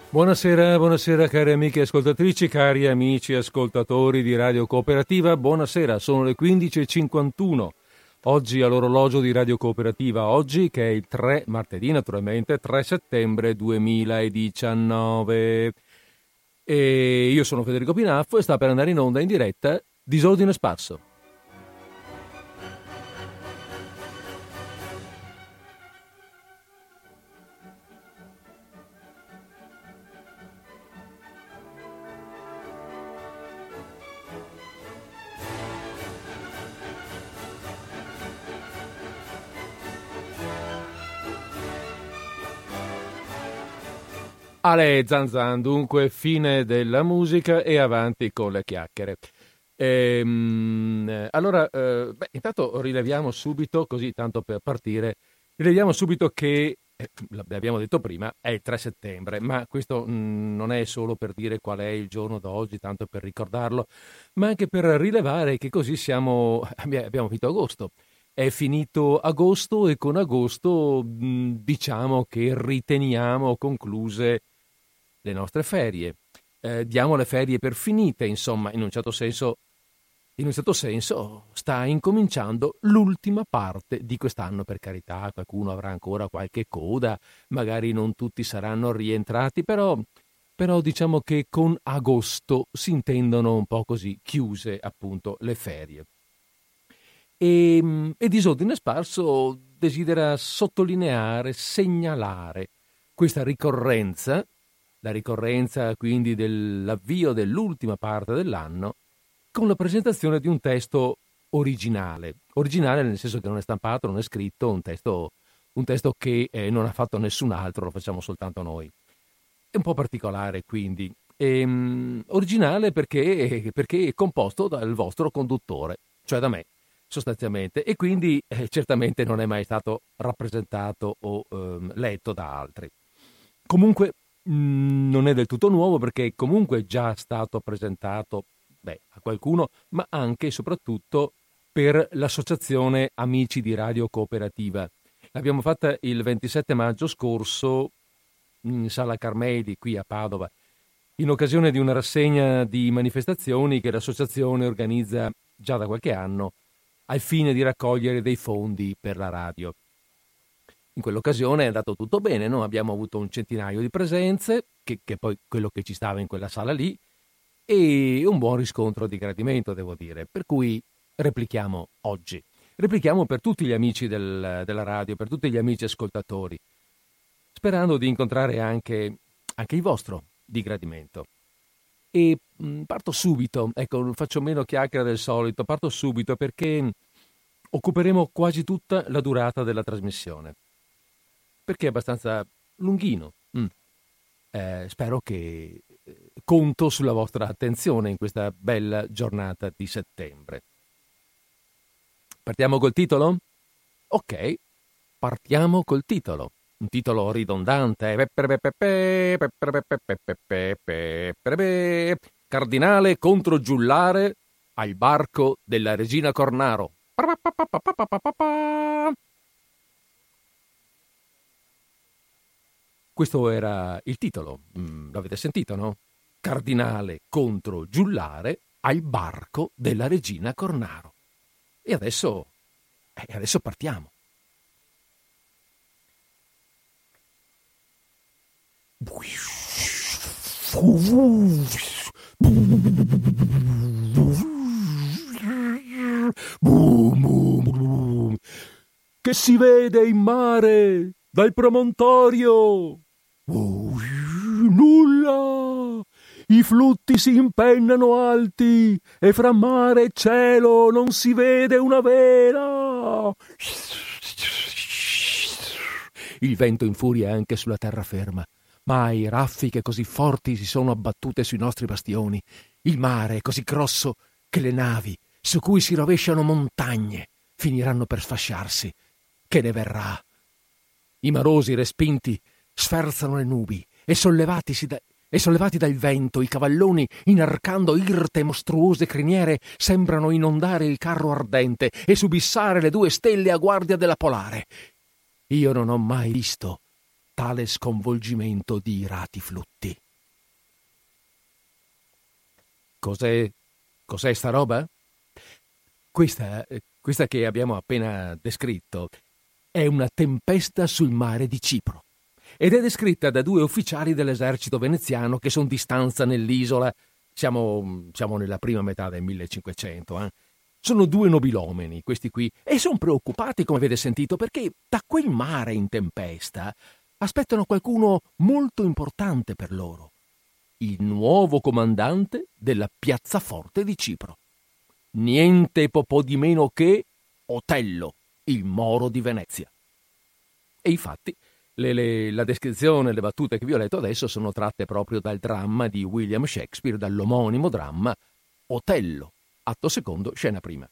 Buonasera, buonasera cari amiche ascoltatrici, cari amici ascoltatori di Radio Cooperativa, buonasera, sono le 15:51. Oggi all'orologio di Radio Cooperativa, oggi che è il 3, martedì naturalmente, 3 settembre 2019. E io sono Federico Pinaffo e sta per andare in onda in diretta Disordine Sparso. Ale Zanzan, dunque fine della musica e avanti con le chiacchiere. Intanto rileviamo subito, così tanto per partire, rileviamo subito che, l'abbiamo detto prima, è il 3 settembre, ma questo non è solo per dire qual è il giorno d'oggi, tanto per ricordarlo, ma anche per rilevare che così abbiamo finito agosto. È finito agosto e con agosto diciamo che riteniamo concluse le nostre ferie, diamo le ferie per finite, insomma, in un certo senso sta incominciando l'ultima parte di quest'anno, per carità, qualcuno avrà ancora qualche coda, magari non tutti saranno rientrati, però diciamo che con agosto si intendono un po' così chiuse appunto le ferie. E Disordine Sparso desidera sottolineare, segnalare questa ricorrenza, la ricorrenza quindi dell'avvio dell'ultima parte dell'anno, con la presentazione di un testo originale nel senso che non è stampato, non è scritto, un testo che non ha fatto nessun altro, lo facciamo soltanto noi. È un po' particolare quindi, originale perché è composto dal vostro conduttore, cioè da me, sostanzialmente, e quindi certamente non è mai stato rappresentato o letto da altri. Comunque non è del tutto nuovo perché comunque è già stato presentato a qualcuno, ma anche e soprattutto per l'associazione Amici di Radio Cooperativa. L'abbiamo fatta il 27 maggio scorso in Sala Carmeli, qui a Padova, in occasione di una rassegna di manifestazioni che l'associazione organizza già da qualche anno al fine di raccogliere dei fondi per la radio. In quell'occasione è andato tutto bene, no? Abbiamo avuto un centinaio di presenze, che poi quello che ci stava in quella sala lì, e un buon riscontro di gradimento, devo dire. Per cui replichiamo oggi. Replichiamo per tutti gli amici della radio, per tutti gli amici ascoltatori, sperando di incontrare anche il vostro di gradimento. E parto subito, ecco, faccio meno chiacchiera del solito, parto subito perché occuperemo quasi tutta la durata della trasmissione, perché è abbastanza lunghino. Spero che conto sulla vostra attenzione in questa bella giornata di settembre. Partiamo col titolo? Ok, partiamo col titolo. Un titolo ridondante. Cardinale contro giullare al barco della regina Cornaro. Questo era il titolo, l'avete sentito, no? Cardinale contro giullare al barco della regina Cornaro. E adesso partiamo. Che si vede in mare dal promontorio? Nulla! I flutti si impennano alti e fra mare e cielo non si vede una vela. Il vento infuria anche sulla terraferma. Mai raffiche così forti si sono abbattute sui nostri bastioni. Il mare è così grosso che le navi, su cui si rovesciano montagne, finiranno per sfasciarsi. Che ne verrà? I marosi respinti sferzano le nubi e sollevati dal vento i cavalloni, inarcando irte e mostruose criniere, sembrano inondare il carro ardente e subissare le 2 stelle a guardia della polare. Io non ho mai visto totale sconvolgimento di irati flutti. Cos'è sta roba? Questa che abbiamo appena descritto è una tempesta sul mare di Cipro ed è descritta da 2 ufficiali dell'esercito veneziano che sono di stanza nell'isola. Siamo nella prima metà del 1500. Sono 2 nobilomeni, questi qui, e sono preoccupati, come avete sentito, perché da quel mare in tempesta aspettano qualcuno molto importante per loro, il nuovo comandante della piazzaforte di Cipro. Niente po' di meno che Otello, il Moro di Venezia. E infatti la descrizione, le battute che vi ho letto adesso sono tratte proprio dal dramma di William Shakespeare, dall'omonimo dramma Otello, atto secondo, scena prima.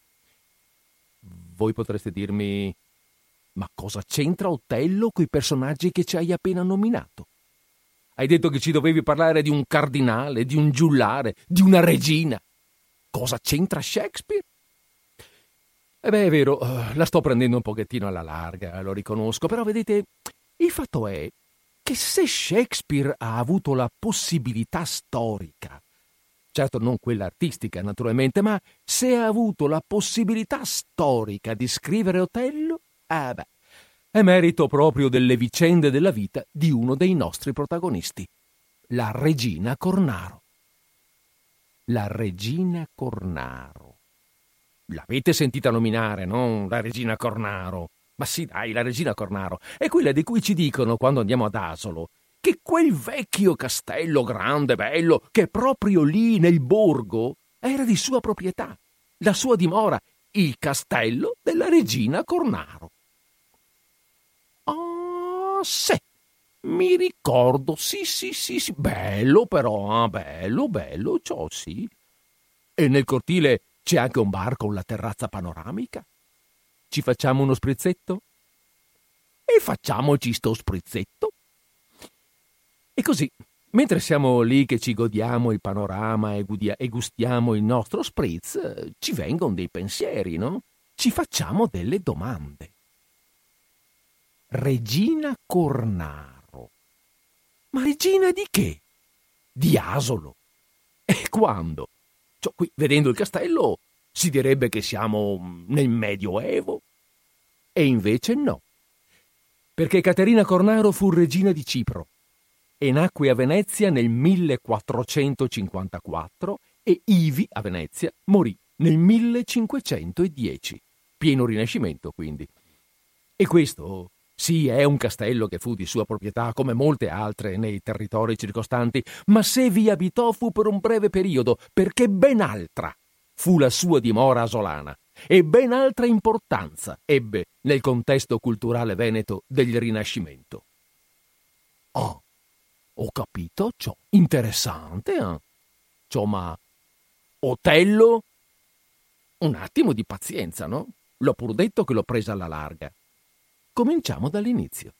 Voi potreste dirmi: ma cosa c'entra Otello coi personaggi che ci hai appena nominato? Hai detto che ci dovevi parlare di un cardinale, di un giullare, di una regina. Cosa c'entra Shakespeare? È vero, la sto prendendo un pochettino alla larga, lo riconosco, però vedete, il fatto è che se Shakespeare ha avuto la possibilità storica, certo non quella artistica naturalmente, ma se ha avuto la possibilità storica di scrivere Otello, è merito proprio delle vicende della vita di uno dei nostri protagonisti, la regina Cornaro. La regina Cornaro. L'avete sentita nominare, no? La regina Cornaro. Ma sì, dai, la regina Cornaro è quella di cui ci dicono quando andiamo ad Asolo che quel vecchio castello grande, bello, che proprio lì nel borgo era di sua proprietà, la sua dimora, il castello della regina Cornaro. Ah, sì, mi ricordo, sì, bello però, bello, ciò sì. E nel cortile c'è anche un bar con la terrazza panoramica. Ci facciamo uno sprizzetto? E facciamoci sto sprizzetto. E così, mentre siamo lì che ci godiamo il panorama e gustiamo il nostro spritz, ci vengono dei pensieri, no? Ci facciamo delle domande. Regina Cornaro. Ma regina di che? Di Asolo. E quando? Cioè, qui, vedendo il castello, si direbbe che siamo nel Medioevo. E invece no. Perché Caterina Cornaro fu regina di Cipro e nacque a Venezia nel 1454 e ivi, a Venezia, morì nel 1510. Pieno Rinascimento, quindi. E questo, sì, è un castello che fu di sua proprietà come molte altre nei territori circostanti, ma se vi abitò fu per un breve periodo, perché ben altra fu la sua dimora asolana e ben altra importanza ebbe nel contesto culturale veneto del Rinascimento. Oh, ho capito ciò. Interessante, Ciò, ma Otello? Un attimo di pazienza, no? L'ho pur detto che l'ho presa alla larga. Cominciamo dall'inizio.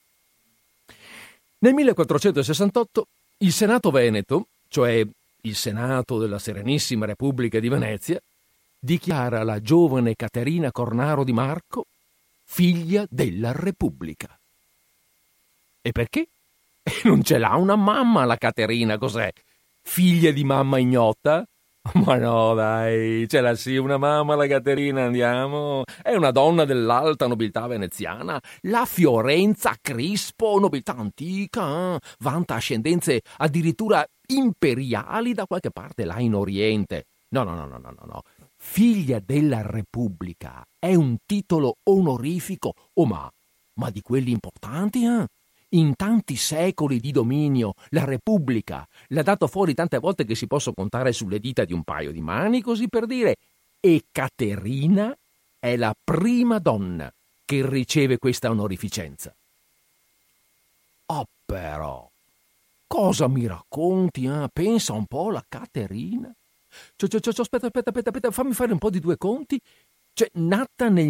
Nel 1468 il Senato Veneto, cioè il Senato della Serenissima Repubblica di Venezia, dichiara la giovane Caterina Cornaro di Marco figlia della Repubblica. E perché? Non ce l'ha una mamma la Caterina, cos'è? Figlia di mamma ignota? Ma no, dai, ce l'ha sì una mamma la Caterina, andiamo. È una donna dell'alta nobiltà veneziana, la Fiorenza Crispo, nobiltà antica, vanta ascendenze addirittura imperiali da qualche parte là in Oriente. No. Figlia della Repubblica è un titolo onorifico, ma di quelli importanti, In tanti secoli di dominio, la Repubblica l'ha dato fuori tante volte che si possono contare sulle dita di un paio di mani, così per dire. E Caterina è la prima donna che riceve questa onorificenza. Oh, però, cosa mi racconti, Pensa un po' la Caterina. Aspetta, fammi fare un po' di due conti. Cioè, nata nel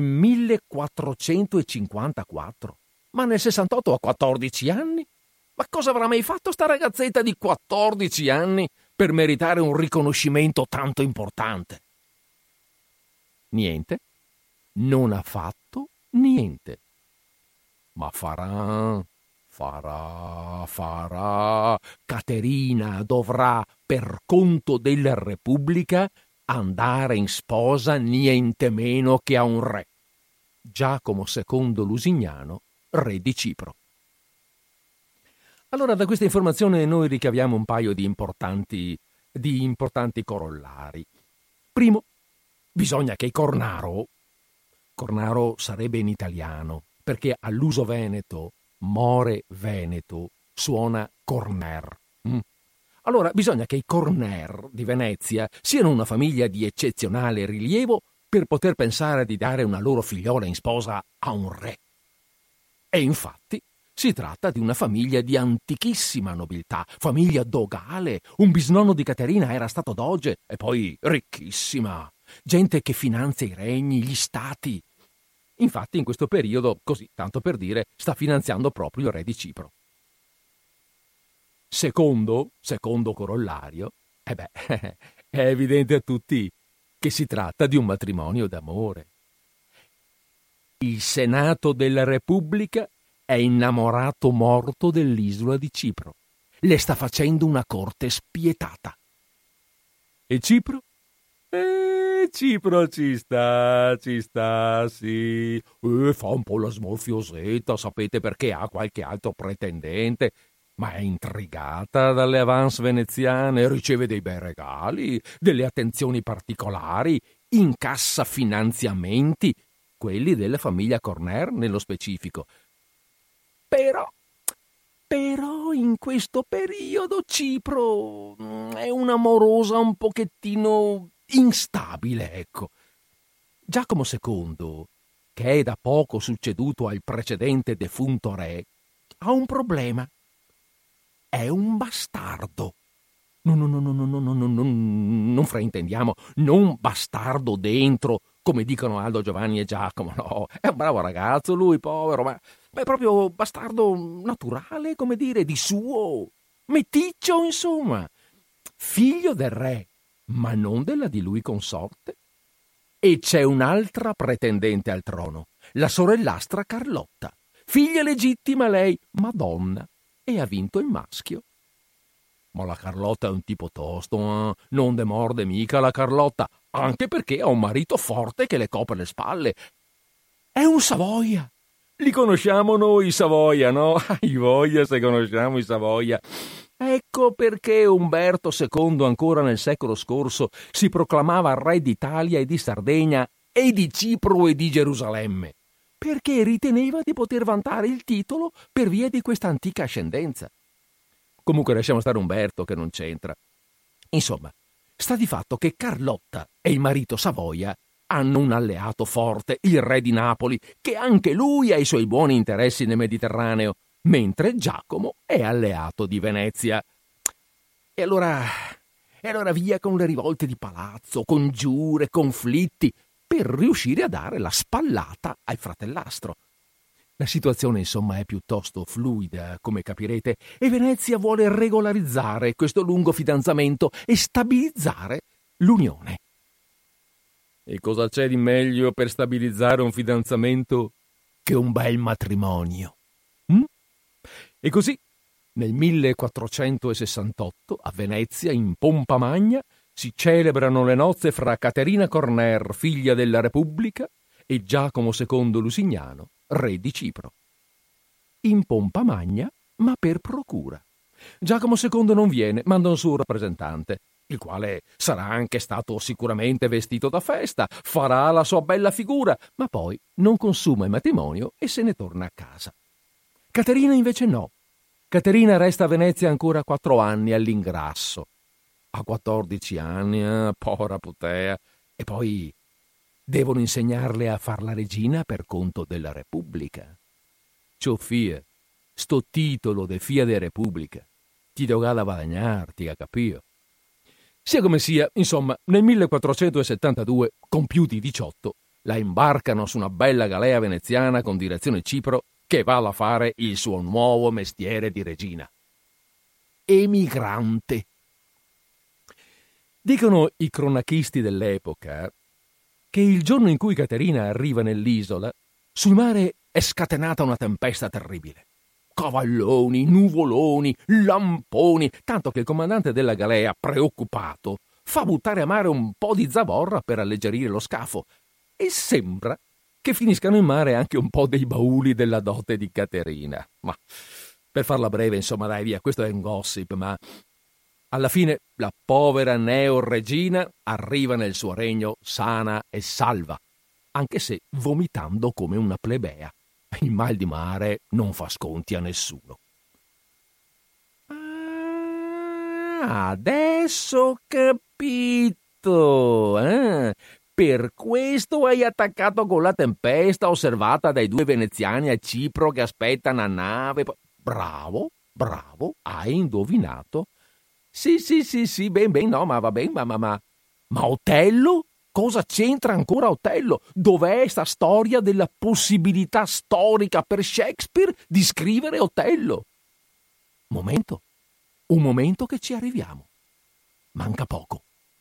1454. Ma nel 68 ha 14 anni? Ma cosa avrà mai fatto sta ragazzetta di 14 anni per meritare un riconoscimento tanto importante? Niente. Non ha fatto niente. Ma farà Farà. Caterina dovrà, per conto della Repubblica, andare in sposa niente meno che a un re, Giacomo II Lusignano, re di Cipro. Allora, da questa informazione noi ricaviamo un paio di importanti corollari. Primo, bisogna che Cornaro sarebbe in italiano, perché all'uso veneto, more veneto, suona corner. Allora, bisogna che i Corner di Venezia siano una famiglia di eccezionale rilievo per poter pensare di dare una loro figliola in sposa a un re. E infatti si tratta di una famiglia di antichissima nobiltà, famiglia dogale. Un bisnonno di Caterina era stato doge e poi ricchissima, gente che finanzia i regni, gli stati. Infatti in questo periodo, così tanto per dire, sta finanziando proprio il re di Cipro. Secondo corollario, è evidente a tutti che si tratta di un matrimonio d'amore. Il Senato della Repubblica è innamorato morto dell'isola di Cipro. Le sta facendo una corte spietata. E Cipro? Cipro ci sta, sì. Fa un po' la smorfiosetta, sapete, perché ha qualche altro pretendente, ma è intrigata dalle avance veneziane, riceve dei bei regali, delle attenzioni particolari, incassa finanziamenti, quelli della famiglia Corner nello specifico. Però in questo periodo Cipro è un'amorosa un pochettino instabile, ecco. Giacomo II, che è da poco succeduto al precedente defunto re, ha un problema. È un bastardo. Non fraintendiamo, non bastardo dentro, come dicono Aldo, Giovanni e Giacomo, no. È un bravo ragazzo lui, povero, ma è proprio bastardo naturale, come dire, di suo. Meticcio, insomma. Figlio del re, ma non della di lui consorte. E c'è un'altra pretendente al trono, la sorellastra Carlotta. Figlia legittima lei, ma donna. E ha vinto il maschio. Ma la Carlotta è un tipo tosto, non demorde mica la Carlotta, anche perché ha un marito forte che le copre le spalle. È un Savoia. Li conosciamo noi i Savoia, no? Hai voglia se conosciamo i Savoia. Ecco perché Umberto II ancora nel secolo scorso si proclamava re d'Italia e di Sardegna e di Cipro e di Gerusalemme, perché riteneva di poter vantare il titolo per via di questa antica ascendenza. Comunque lasciamo stare Umberto, che non c'entra. Insomma, sta di fatto che Carlotta e il marito Savoia hanno un alleato forte, il re di Napoli, che anche lui ha i suoi buoni interessi nel Mediterraneo, mentre Giacomo è alleato di Venezia. E allora via con le rivolte di palazzo, congiure, conflitti, per riuscire a dare la spallata al fratellastro. La situazione, insomma, è piuttosto fluida, come capirete, e Venezia vuole regolarizzare questo lungo fidanzamento e stabilizzare l'unione. E cosa c'è di meglio per stabilizzare un fidanzamento che un bel matrimonio? E così, nel 1468, a Venezia, in pompa magna, si celebrano le nozze fra Caterina Corner, figlia della Repubblica, e Giacomo II Lusignano, re di Cipro. In pompa magna, ma per procura. Giacomo II non viene, manda un suo rappresentante, il quale sarà anche stato sicuramente vestito da festa, farà la sua bella figura, ma poi non consuma il matrimonio e se ne torna a casa. Caterina invece no. Caterina resta a Venezia ancora 4 anni all'ingrasso. A 14 anni, povera putea. E poi devono insegnarle a far la regina per conto della Repubblica. Ciò fia, sto titolo de fia de Repubblica, ti doveva da guadagnarti, a capio. Sia come sia, insomma, nel 1472, compiuti 18, la imbarcano su una bella galea veneziana con direzione Cipro che va a fare il suo nuovo mestiere di regina. Emigrante. Dicono i cronachisti dell'epoca che il giorno in cui Caterina arriva nell'isola, sul mare è scatenata una tempesta terribile. cavalloni, nuvoloni, lamponi, tanto che il comandante della galea, preoccupato, fa buttare a mare un po' di zavorra per alleggerire lo scafo, e sembra che finiscano in mare anche un po' dei bauli della dote di Caterina. Ma per farla breve, insomma, dai, via, questo è un gossip, ma alla fine la povera neo-regina arriva nel suo regno sana e salva, anche se vomitando come una plebea. Il mal di mare non fa sconti a nessuno. Ah, adesso ho capito. Per questo hai attaccato con la tempesta osservata dai 2 veneziani a Cipro che aspettano a nave. Bravo, hai indovinato. Sì, ben, no, ma va bene, ma Otello? Cosa c'entra ancora Otello? Dov'è sta storia della possibilità storica per Shakespeare di scrivere Otello? Un momento che ci arriviamo. Manca poco.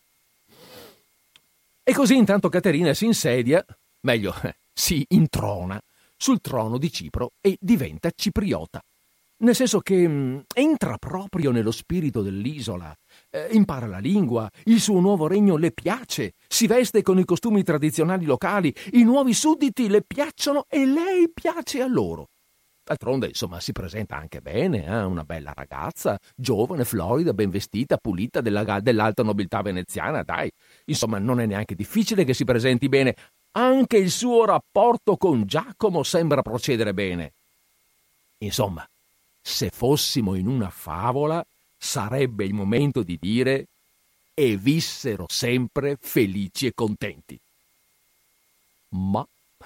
E così intanto Caterina si insedia, meglio, si introna sul trono di Cipro e diventa cipriota. Nel senso che entra proprio nello spirito dell'isola, impara la lingua, il suo nuovo regno le piace, si veste con i costumi tradizionali locali, i nuovi sudditi le piacciono e lei piace a loro. D'altronde, insomma, si presenta anche bene, una bella ragazza, giovane, florida, ben vestita, pulita, dell'alta nobiltà veneziana, dai. Insomma, non è neanche difficile che si presenti bene. Anche il suo rapporto con Giacomo sembra procedere bene. Insomma, se fossimo in una favola, sarebbe il momento di dire e vissero sempre felici e contenti. Ma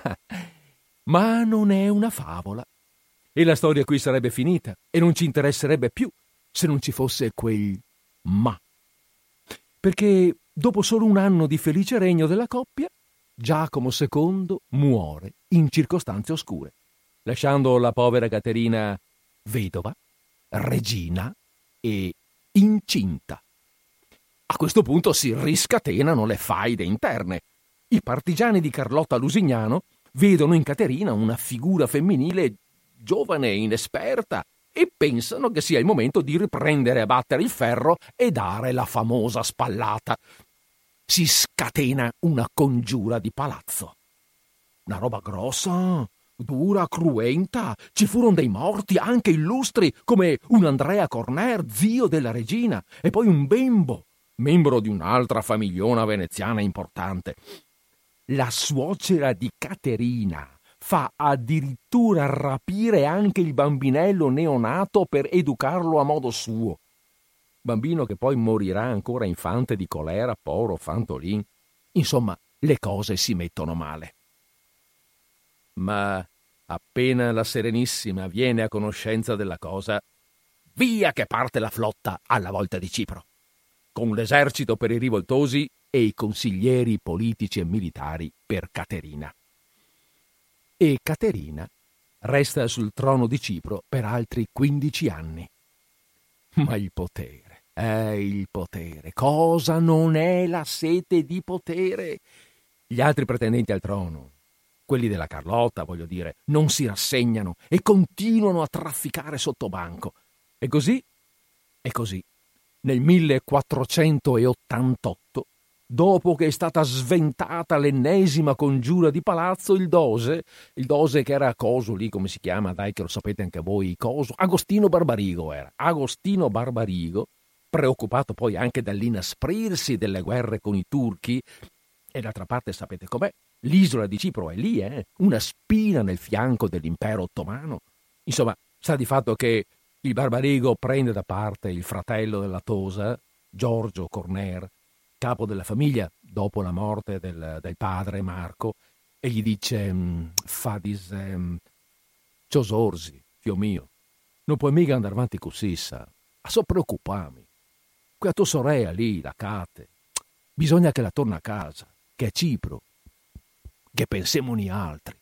non è una favola. E la storia qui sarebbe finita e non ci interesserebbe più se non ci fosse quel ma. Perché dopo solo un anno di felice regno della coppia, Giacomo II muore in circostanze oscure, lasciando la povera Caterina vedova, regina e incinta. A questo punto si riscatenano le faide interne. I partigiani di Carlotta Lusignano vedono in Caterina una figura femminile giovane e inesperta e pensano che sia il momento di riprendere a battere il ferro e dare la famosa spallata. Si scatena una congiura di palazzo. Una roba grossa, dura, cruenta. Ci furono dei morti, anche illustri, come un Andrea Corner, zio della regina, e poi un bembo, membro di un'altra famigliona veneziana importante. La suocera di Caterina fa addirittura rapire anche il bambinello neonato per educarlo a modo suo. Bambino che poi morirà ancora infante di colera, povero Fantolin. Insomma, le cose si mettono male. Ma appena la Serenissima viene a conoscenza della cosa, via che parte la flotta alla volta di Cipro, con l'esercito per i rivoltosi e i consiglieri politici e militari per Caterina. E Caterina resta sul trono di Cipro per altri 15 anni. Ma il potere, cosa non è la sete di potere? Gli altri pretendenti al trono, quelli della Carlotta, voglio dire, non si rassegnano e continuano a trafficare sotto banco. E così, nel 1488, dopo che è stata sventata l'ennesima congiura di palazzo, il Dose che era coso lì, come si chiama, dai che lo sapete anche voi, Agostino Barbarigo, preoccupato poi anche dall'inasprirsi delle guerre con i turchi, e d'altra parte sapete com'è, l'isola di Cipro è lì, una spina nel fianco dell'impero ottomano. Insomma, sta di fatto che il Barbarigo prende da parte il fratello della Tosa, Giorgio Corner, capo della famiglia dopo la morte del padre Marco, e gli dice: Fadis, Ciosorsi, fio mio, non puoi mica andare avanti così, sa, a so preoccuparmi. Qui a tua sorella lì, la Cate, bisogna che la torna a casa, che è Cipro, che pensiamo ni altri.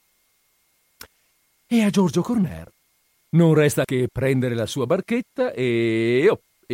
E a Giorgio Corner non resta che prendere la sua barchetta e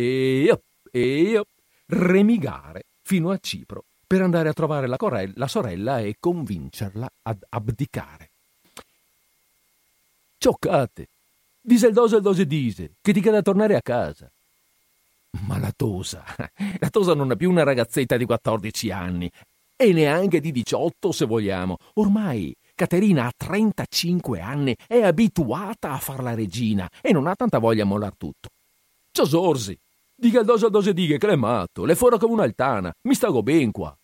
remigare fino a Cipro per andare a trovare la sorella e convincerla ad abdicare. Cioccate, dose dise, che ti queda tornare a casa. Ma la Tosa non è più una ragazzetta di 14 anni e neanche di 18 se vogliamo. Ormai Caterina ha 35 anni, è abituata a far la regina e non ha tanta voglia a mollar tutto. Ciò sorsi, dica il dose dighe che l'è matto, le fuori come un'altana, mi stago ben qua.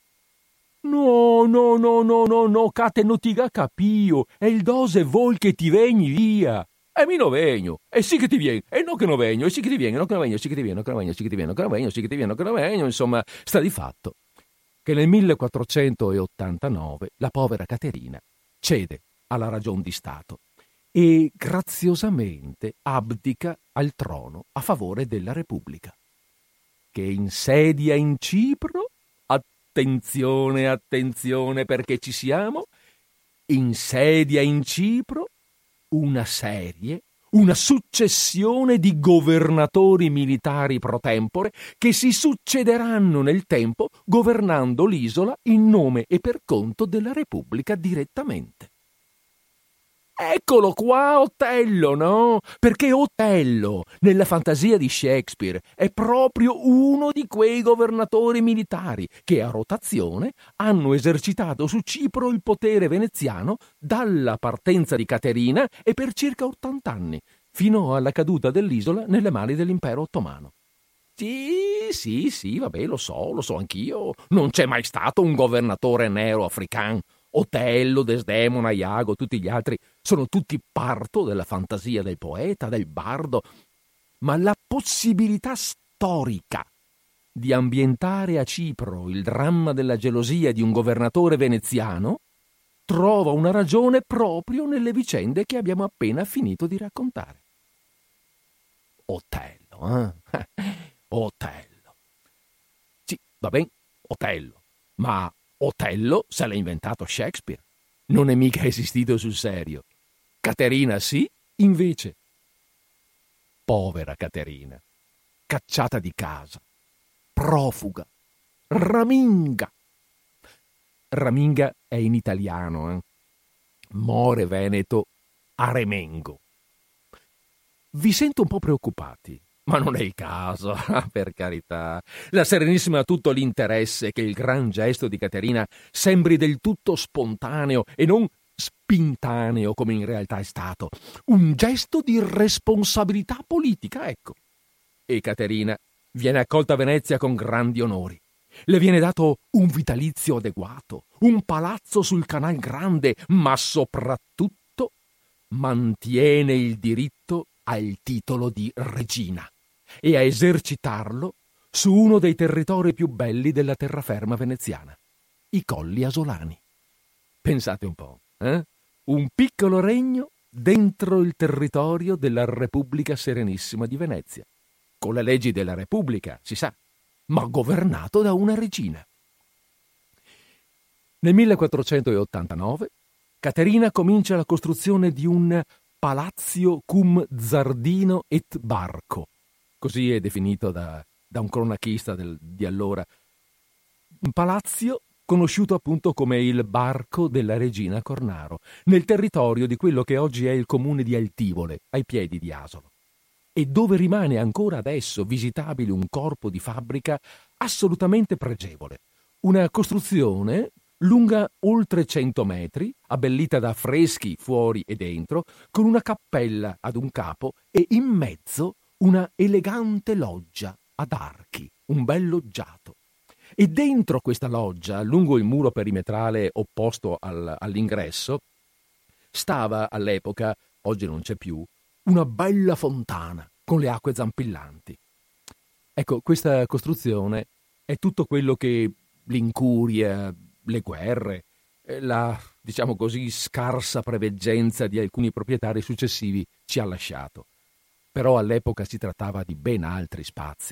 No, Cate non ti ga capio, è il dose vuol che ti vegni via. E mi no vegno, e sì che ti viene, e no che no vegno, e sì che ti viene, no che no vegno, sì che ti viene, no che no vegno, sì che ti viene, no che no vegno, sì che ti viene, no che no vegno, insomma, sta di fatto che nel 1489 la povera Caterina cede alla ragion di Stato e graziosamente abdica al trono a favore della Repubblica, che insedia in Cipro, attenzione perché ci siamo, insedia in Cipro una successione di governatori militari pro tempore che si succederanno nel tempo governando l'isola in nome e per conto della Repubblica direttamente. Eccolo qua Otello, no? Perché Otello, nella fantasia di Shakespeare, è proprio uno di quei governatori militari che a rotazione hanno esercitato su Cipro il potere veneziano dalla partenza di Caterina e per circa 80 anni, fino alla caduta dell'isola nelle mani dell'impero ottomano. Sì, vabbè, lo so anch'io. Non c'è mai stato un governatore nero africano. Otello, Desdemona, Iago, tutti gli altri sono tutti parto della fantasia del poeta, del bardo, ma la possibilità storica di ambientare a Cipro il dramma della gelosia di un governatore veneziano trova una ragione proprio nelle vicende che abbiamo appena finito di raccontare. Otello, Otello. Sì, va bene, Otello, ma Otello se l'ha inventato Shakespeare. Non è mica esistito sul serio. Caterina sì, invece. Povera Caterina, cacciata di casa, profuga, raminga. Raminga è in italiano, More veneto, aremengo. Vi sento un po' preoccupati. Ma non è il caso, per carità. La Serenissima ha tutto l'interesse che il gran gesto di Caterina sembri del tutto spontaneo e non spintaneo come in realtà è stato. Un gesto di responsabilità politica, ecco. E Caterina viene accolta a Venezia con grandi onori. Le viene dato un vitalizio adeguato, un palazzo sul Canal Grande, ma soprattutto mantiene il diritto al titolo di regina e a esercitarlo su uno dei territori più belli della terraferma veneziana, i Colli Asolani. Pensate un po', un piccolo regno dentro il territorio della Repubblica Serenissima di Venezia, con le leggi della Repubblica, si sa, ma governato da una regina. Nel 1489 Caterina comincia la costruzione di un Palazio cum Zardino et Barco, così è definito da un cronachista di allora. Un palazzo conosciuto appunto come il Barco della Regina Cornaro, nel territorio di quello che oggi è il comune di Altivole, ai piedi di Asolo, e dove rimane ancora adesso visitabile un corpo di fabbrica assolutamente pregevole. Una costruzione lunga oltre 100 metri, abbellita da affreschi fuori e dentro, con una cappella ad un capo e in mezzo una elegante loggia ad archi, un bel loggiato. E dentro questa loggia, lungo il muro perimetrale opposto all'ingresso, stava all'epoca, oggi non c'è più, una bella fontana con le acque zampillanti. Ecco, questa costruzione è tutto quello che l'incuria, le guerre, la, diciamo così, scarsa preveggenza di alcuni proprietari successivi ci ha lasciato. Però all'epoca si trattava di ben altri spazi.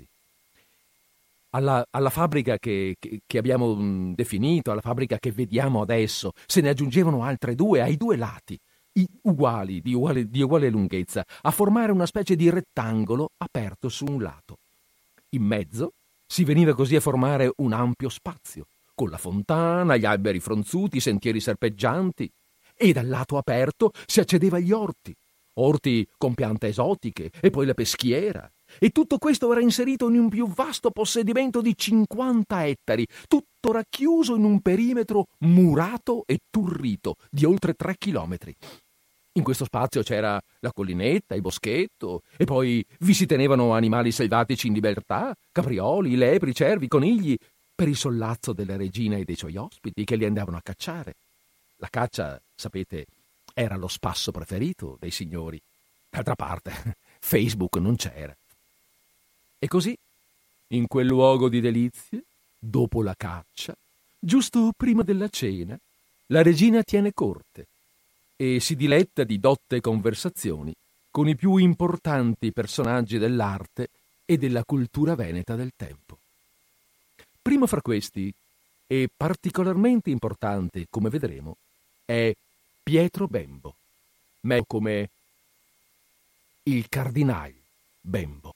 Alla fabbrica che abbiamo definito, alla fabbrica che vediamo adesso, se ne aggiungevano altre due ai due lati, di uguale lunghezza, a formare una specie di rettangolo aperto su un lato. In mezzo si veniva così a formare un ampio spazio, con la fontana, gli alberi fronzuti, i sentieri serpeggianti, e dal lato aperto si accedeva agli orti, orti con piante esotiche e poi la peschiera. E tutto questo era inserito in un più vasto possedimento di 50 ettari, tutto racchiuso in un perimetro murato e turrito di oltre 3 chilometri. In questo spazio c'era la collinetta, il boschetto, e poi vi si tenevano animali selvatici in libertà, caprioli, lepri, cervi, conigli, per il sollazzo della regina e dei suoi ospiti che li andavano a cacciare. La caccia, sapete, era lo spasso preferito dei signori. D'altra parte, Facebook non c'era. E così, in quel luogo di delizie, dopo la caccia, giusto prima della cena, la regina tiene corte e si diletta di dotte conversazioni con i più importanti personaggi dell'arte e della cultura veneta del tempo. Primo fra questi, e particolarmente importante, come vedremo, è Pietro Bembo, meglio come il Cardinal Bembo.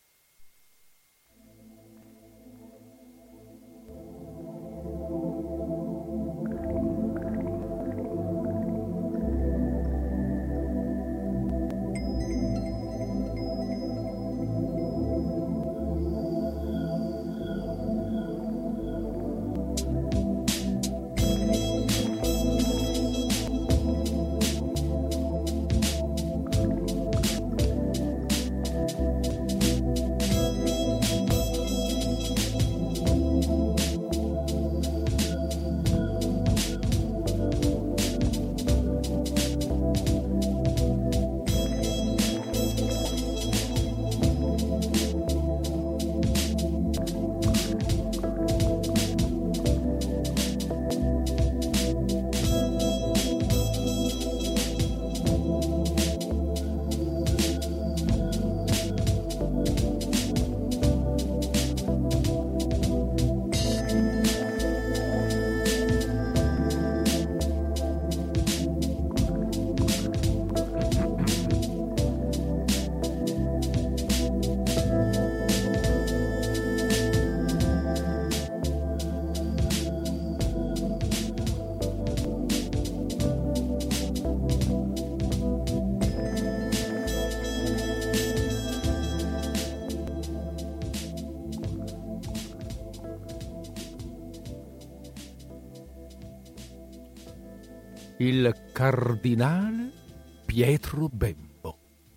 Il Cardinale Pietro Bembo.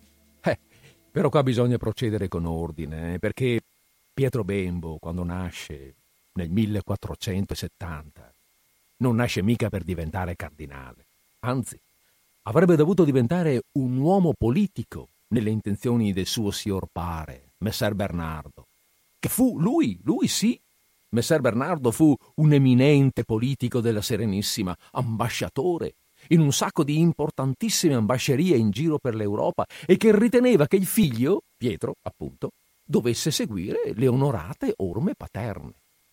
Però qua bisogna procedere con ordine, perché Pietro Bembo, quando nasce nel 1470, non nasce mica per diventare cardinale. Anzi, avrebbe dovuto diventare un uomo politico nelle intenzioni del suo signor pare, Messer Bernardo, che fu lui sì. Messer Bernardo fu un eminente politico della Serenissima, ambasciatore in un sacco di importantissime ambascerie in giro per l'Europa e che riteneva che il figlio, Pietro, appunto, dovesse seguire le onorate orme paterne.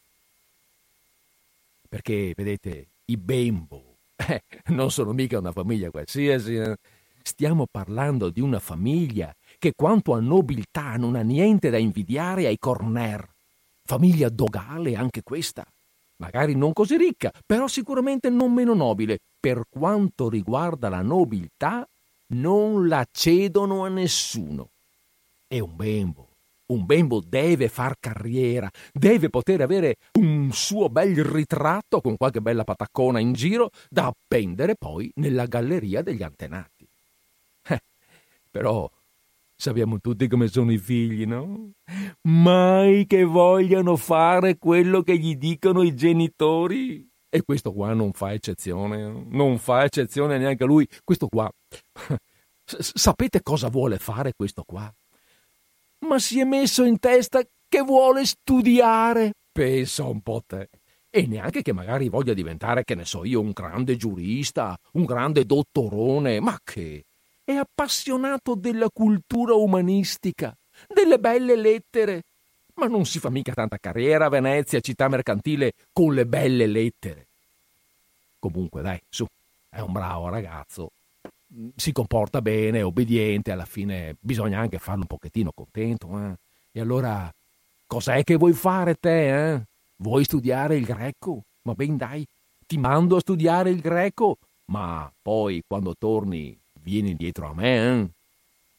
Perché, vedete, i Bembo non sono mica una famiglia qualsiasi. Stiamo parlando di una famiglia che quanto a nobiltà non ha niente da invidiare ai Corner. Famiglia dogale anche questa, magari non così ricca, però sicuramente non meno nobile. Per quanto riguarda la nobiltà, non la cedono a nessuno. E un Bembo deve far carriera, deve poter avere un suo bel ritratto con qualche bella pataccona in giro da appendere poi nella galleria degli antenati. Però sappiamo tutti come sono i figli, no? Mai che vogliano fare quello che gli dicono i genitori. E questo qua non fa eccezione, non fa eccezione neanche lui. Questo qua, sapete cosa vuole fare questo qua? Ma si è messo in testa che vuole studiare. Pensa un po' te. E neanche che magari voglia diventare, che ne so io, un grande giurista, un grande dottorone, ma che... È appassionato della cultura umanistica, delle belle lettere. Ma non si fa mica tanta carriera a Venezia, città mercantile, con le belle lettere. Comunque, dai, su, è un bravo ragazzo, si comporta bene, è obbediente, alla fine bisogna anche farlo un pochettino contento. E allora, cos'è che vuoi fare te, Vuoi studiare il greco? Ma ben dai, ti mando a studiare il greco, ma poi quando torni vieni dietro a me,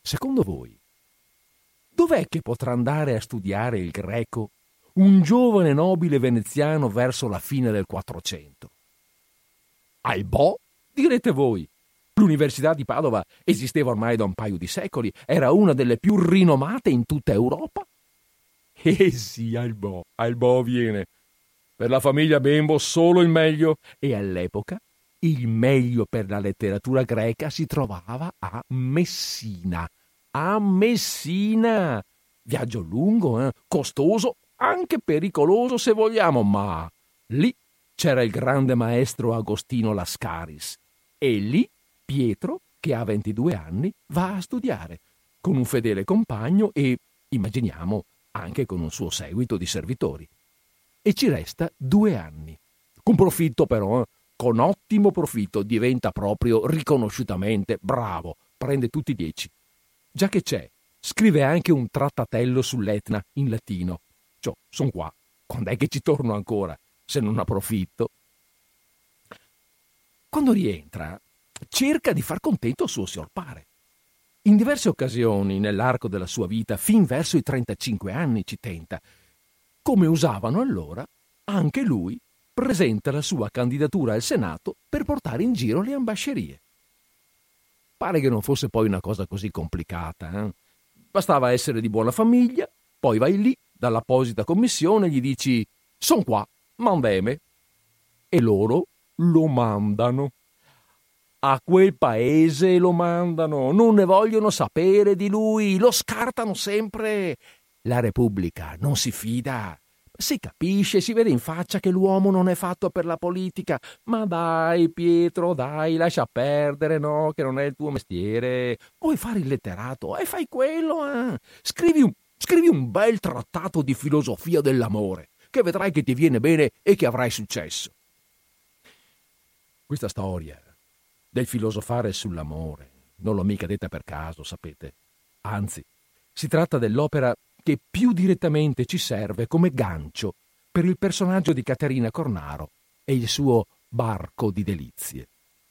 secondo voi, dov'è che potrà andare a studiare il greco un giovane nobile veneziano verso la fine del 400? Al Bo, direte voi. L'Università di Padova esisteva ormai da un paio di secoli, era una delle più rinomate in tutta Europa. Sì, al Bo viene. Per la famiglia Bembo solo il meglio, e all'epoca il meglio per la letteratura greca si trovava a Messina. A Messina! Viaggio lungo, costoso, anche pericoloso se vogliamo, ma lì c'era il grande maestro Agostino Lascaris e lì Pietro, che ha 22 anni, va a studiare con un fedele compagno e, immaginiamo, anche con un suo seguito di servitori. E ci resta 2 anni. Con profitto però, con ottimo profitto, diventa proprio riconosciutamente bravo, prende tutti 10. Già che c'è, scrive anche un trattatello sull'Etna in latino. Cioè, son qua, quando è che ci torno ancora, se non approfitto? Quando rientra, cerca di far contento il suo signor Pare. In diverse occasioni, nell'arco della sua vita, fin verso i 35 anni ci tenta. Come usavano allora, anche lui presenta la sua candidatura al Senato per portare in giro le ambascerie. Pare che non fosse poi una cosa così complicata. Bastava essere di buona famiglia, poi vai lì, dall'apposita commissione, gli dici «Son qua, mandeme». E loro lo mandano. A quel paese lo mandano, non ne vogliono sapere di lui, lo scartano sempre. La Repubblica non si fida. Si capisce, si vede in faccia che l'uomo non è fatto per la politica. Ma dai, Pietro, dai, lascia perdere, no, che non è il tuo mestiere. Vuoi fare il letterato? E fai quello, eh. Scrivi un bel trattato di filosofia dell'amore, che vedrai che ti viene bene e che avrai successo. Questa storia del filosofare sull'amore non l'ho mica detta per caso, sapete. Anzi, si tratta dell'opera che più direttamente ci serve come gancio per il personaggio di Caterina Cornaro e il suo barco di delizie.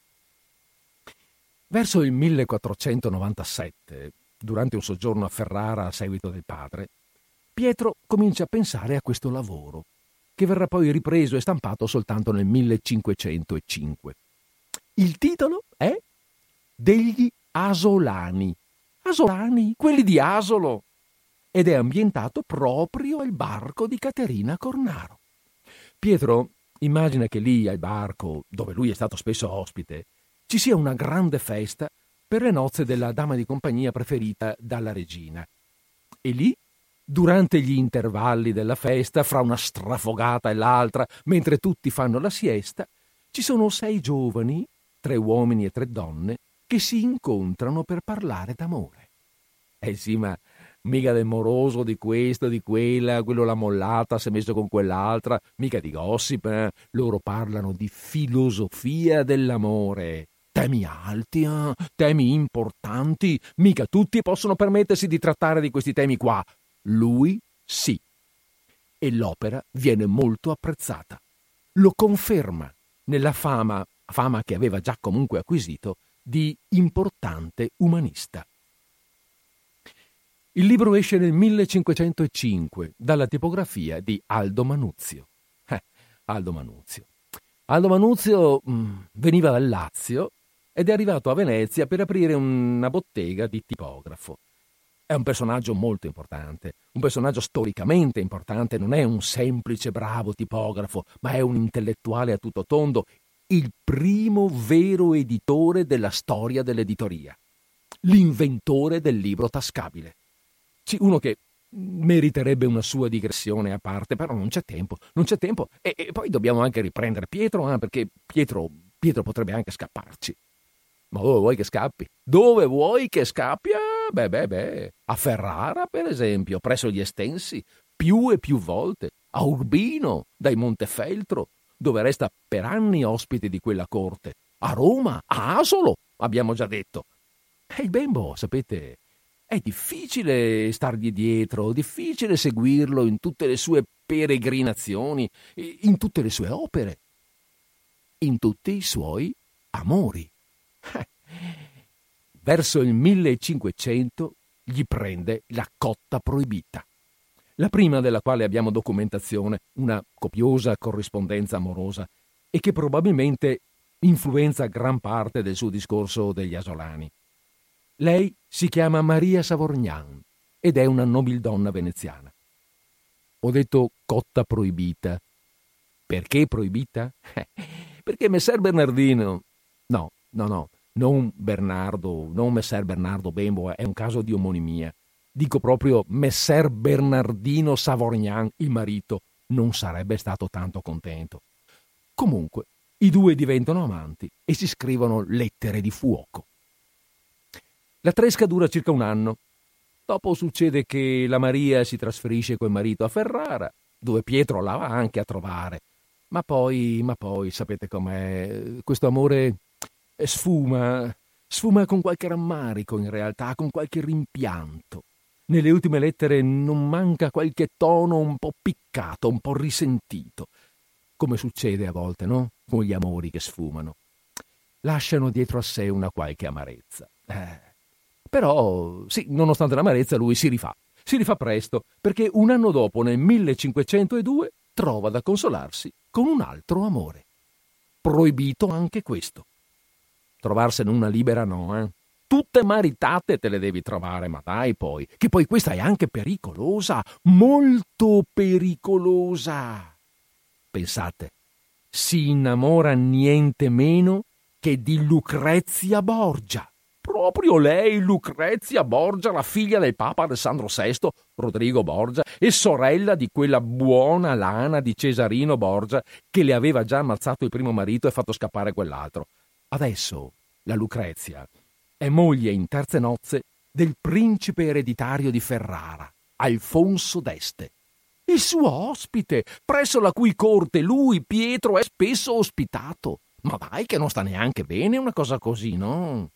Verso il 1497, durante un soggiorno a Ferrara a seguito del padre, Pietro comincia a pensare a questo lavoro, che verrà poi ripreso e stampato soltanto nel 1505. Il titolo è Degli Asolani. Asolani, quelli di Asolo. Ed è ambientato proprio al barco di Caterina Cornaro. Pietro immagina che lì al barco, dove lui è stato spesso ospite, ci sia una grande festa per le nozze della dama di compagnia preferita dalla regina. E lì, durante gli intervalli della festa, fra una strafogata e l'altra, mentre tutti fanno la siesta, ci sono 6 giovani, 3 uomini e 3 donne, che si incontrano per parlare d'amore. Sì, ma mica del moroso, di questo, di quella, quello l'ha mollata, si è messo con quell'altra, mica di gossip, Loro parlano di filosofia dell'amore. Temi alti, temi importanti, mica tutti possono permettersi di trattare di questi temi qua. Lui sì. E l'opera viene molto apprezzata. Lo conferma nella fama che aveva già comunque acquisito, di importante umanista. Il libro esce nel 1505 dalla tipografia di Aldo Manuzio. Aldo Manuzio veniva dal Lazio ed è arrivato a Venezia per aprire una bottega di tipografo. È un personaggio molto importante, un personaggio storicamente importante, non è un semplice bravo tipografo, ma è un intellettuale a tutto tondo, il primo vero editore della storia dell'editoria, l'inventore del libro tascabile. Sì, uno che meriterebbe una sua digressione a parte, però non c'è tempo. E poi dobbiamo anche riprendere Pietro, perché Pietro potrebbe anche scapparci. Ma dove vuoi che scappi? Dove vuoi che scappi? A Ferrara, per esempio, presso gli Estensi, più e più volte, a Urbino, dai Montefeltro, dove resta per anni ospite di quella corte, a Roma, a Asolo, abbiamo già detto. E il Bembo, sapete, è difficile stargli dietro, difficile seguirlo in tutte le sue peregrinazioni, in tutte le sue opere, in tutti i suoi amori. verso il 1500 gli prende la cotta proibita, la prima della quale abbiamo documentazione, una copiosa corrispondenza amorosa, e che probabilmente influenza gran parte del suo discorso degli asolani. Lei si chiama Maria Savorgnan ed è una nobildonna veneziana. Ho detto cotta proibita. Perché proibita? Perché Messer Bernardino... No, non Bernardo, non Messer Bernardo Bembo, è un caso di omonimia. Dico proprio Messer Bernardino Savorgnan, il marito, non sarebbe stato tanto contento. Comunque, i due diventano amanti e si scrivono lettere di fuoco. La tresca dura circa un anno. Dopo succede che la Maria si trasferisce col marito a Ferrara, dove Pietro la va anche a trovare. Ma poi, sapete com'è, questo amore sfuma con qualche rammarico in realtà, con qualche rimpianto. Nelle ultime lettere non manca qualche tono un po' piccato, un po' risentito, come succede a volte, no? Con gli amori che sfumano. Lasciano dietro a sé una qualche amarezza. Però, sì, nonostante l'amarezza, lui si rifà presto, perché un anno dopo, nel 1502, trova da consolarsi con un altro amore. Proibito anche questo. Trovarsene una libera no, Tutte maritate te le devi trovare, ma dai poi, che poi questa è anche pericolosa, molto pericolosa. Pensate, si innamora niente meno che di Lucrezia Borgia. Proprio lei, Lucrezia Borgia, la figlia del Papa Alessandro VI, Rodrigo Borgia, e sorella di quella buona lana di Cesarino Borgia che le aveva già ammazzato il primo marito e fatto scappare quell'altro. Adesso la Lucrezia è moglie in terze nozze del principe ereditario di Ferrara, Alfonso d'Este, il suo ospite, presso la cui corte lui, Pietro, è spesso ospitato. Ma dai, che non sta neanche bene una cosa così, no?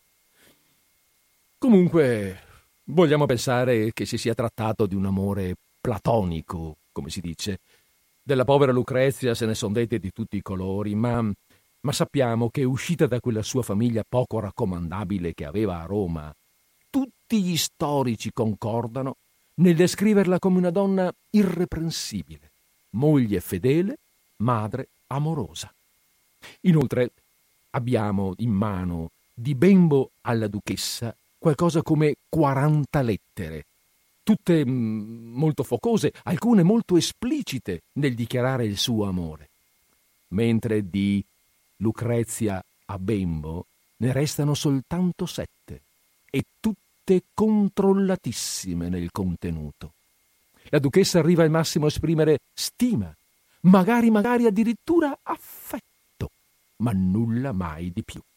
Comunque, vogliamo pensare che si sia trattato di un amore platonico, come si dice. Della povera Lucrezia se ne son dette di tutti i colori, ma sappiamo che uscita da quella sua famiglia poco raccomandabile che aveva a Roma, tutti gli storici concordano nel descriverla come una donna irreprensibile, moglie fedele, madre amorosa. Inoltre abbiamo in mano di Bembo alla duchessa qualcosa come 40 lettere, tutte molto focose, alcune molto esplicite nel dichiarare il suo amore, mentre di Lucrezia a Bembo ne restano soltanto 7 e tutte controllatissime nel contenuto. La duchessa arriva al massimo a esprimere stima, magari addirittura affetto, ma nulla mai di più.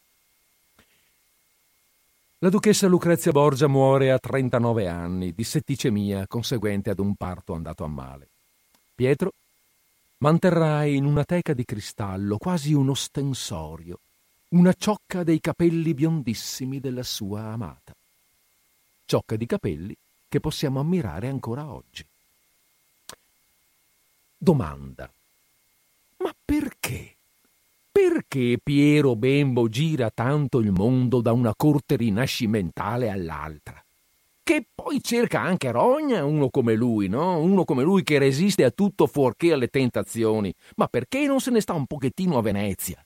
La duchessa Lucrezia Borgia muore a 39 anni di setticemia conseguente ad un parto andato a male. Pietro manterrà in una teca di cristallo, quasi uno stensorio, una ciocca dei capelli biondissimi della sua amata. Ciocca di capelli che possiamo ammirare ancora oggi. Domanda: ma perché? Perché Piero Bembo gira tanto il mondo da una corte rinascimentale all'altra? Che poi cerca anche rogna uno come lui, no? Uno come lui che resiste a tutto fuorché alle tentazioni. Ma perché non se ne sta un pochettino a Venezia?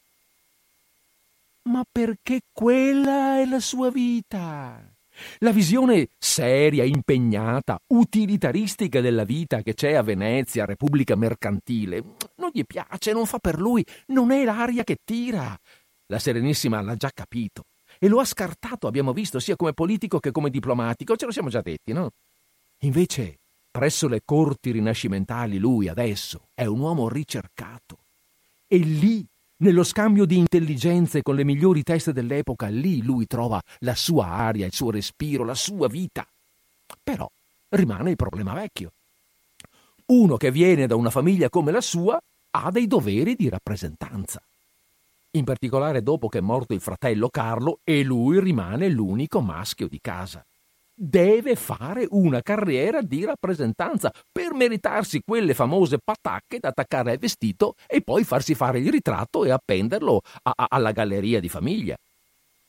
Ma perché quella è la sua vita. La visione seria, impegnata, utilitaristica della vita che c'è a Venezia, Repubblica mercantile, non gli piace, non fa per lui, non è l'aria che tira. La Serenissima l'ha già capito e lo ha scartato, abbiamo visto, sia come politico che come diplomatico, ce lo siamo già detti, no? Invece, presso le corti rinascimentali, lui adesso è un uomo ricercato. E lì, nello scambio di intelligenze con le migliori teste dell'epoca, lì lui trova la sua aria, il suo respiro, la sua vita. Però rimane il problema vecchio. Uno che viene da una famiglia come la sua ha dei doveri di rappresentanza. In particolare dopo che è morto il fratello Carlo e lui rimane l'unico maschio di casa. Deve fare una carriera di rappresentanza per meritarsi quelle famose patacche da attaccare al vestito e poi farsi fare il ritratto e appenderlo alla galleria di famiglia.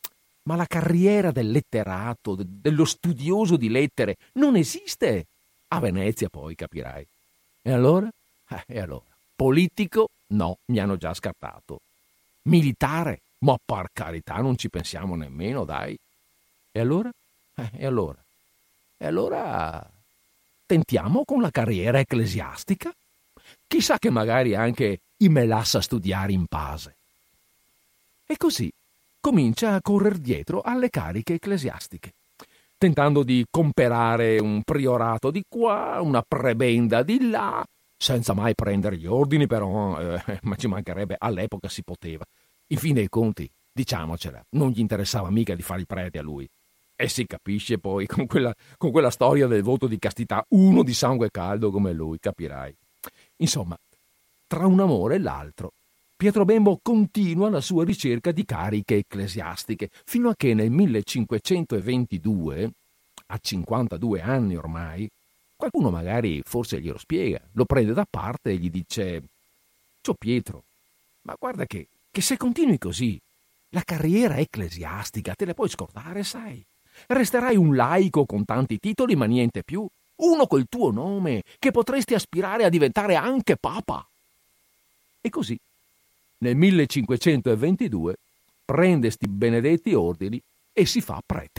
Ma la carriera del letterato, dello studioso di lettere, non esiste. A Venezia poi, capirai. E allora? E allora? Politico? No, mi hanno già scartato. Militare? Ma per carità, non ci pensiamo nemmeno, dai. E allora? E allora? E allora tentiamo con la carriera ecclesiastica? Chissà che magari anche i melassa a studiare in pace. E così comincia a correr dietro alle cariche ecclesiastiche, tentando di comperare un priorato di qua, una prebenda di là, senza mai prendere gli ordini, però, ma ci mancherebbe, all'epoca si poteva. In fin dei conti, diciamocela, non gli interessava mica di fare il prete a lui. E si capisce poi con quella storia del voto di castità, uno di sangue caldo come lui, capirai. Insomma, tra un amore e l'altro, Pietro Bembo continua la sua ricerca di cariche ecclesiastiche, fino a che nel 1522, a 52 anni ormai, qualcuno magari forse glielo spiega, lo prende da parte e gli dice: «Ciao Pietro, ma guarda che se continui così, la carriera ecclesiastica te la puoi scordare, sai? Resterai un laico con tanti titoli ma niente più, uno col tuo nome, che potresti aspirare a diventare anche papa». E così, nel 1522, prende sti benedetti ordini e si fa prete.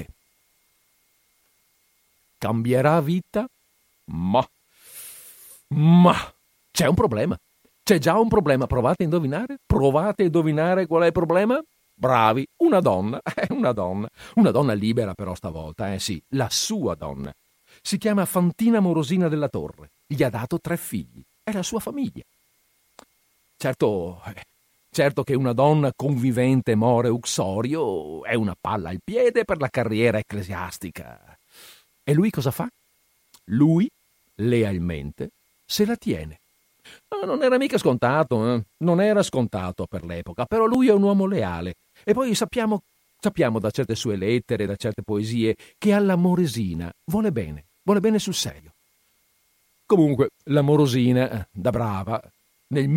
Cambierà vita? Ma c'è un problema. C'è già un problema. Provate a indovinare? Provate a indovinare qual è il problema? Bravi, una donna. Una donna libera però stavolta, sì, la sua donna. Si chiama Fantina Morosina della Torre. Gli ha dato 3 figli. È la sua famiglia. Certo che una donna convivente more uxorio è una palla al piede per la carriera ecclesiastica. E lui cosa fa? Lui, lealmente, se la tiene. Non era mica scontato, non era scontato per l'epoca, però lui è un uomo leale. E poi sappiamo da certe sue lettere, da certe poesie, che alla Moresina vuole bene sul serio. Comunque, la Morosina, da brava, nel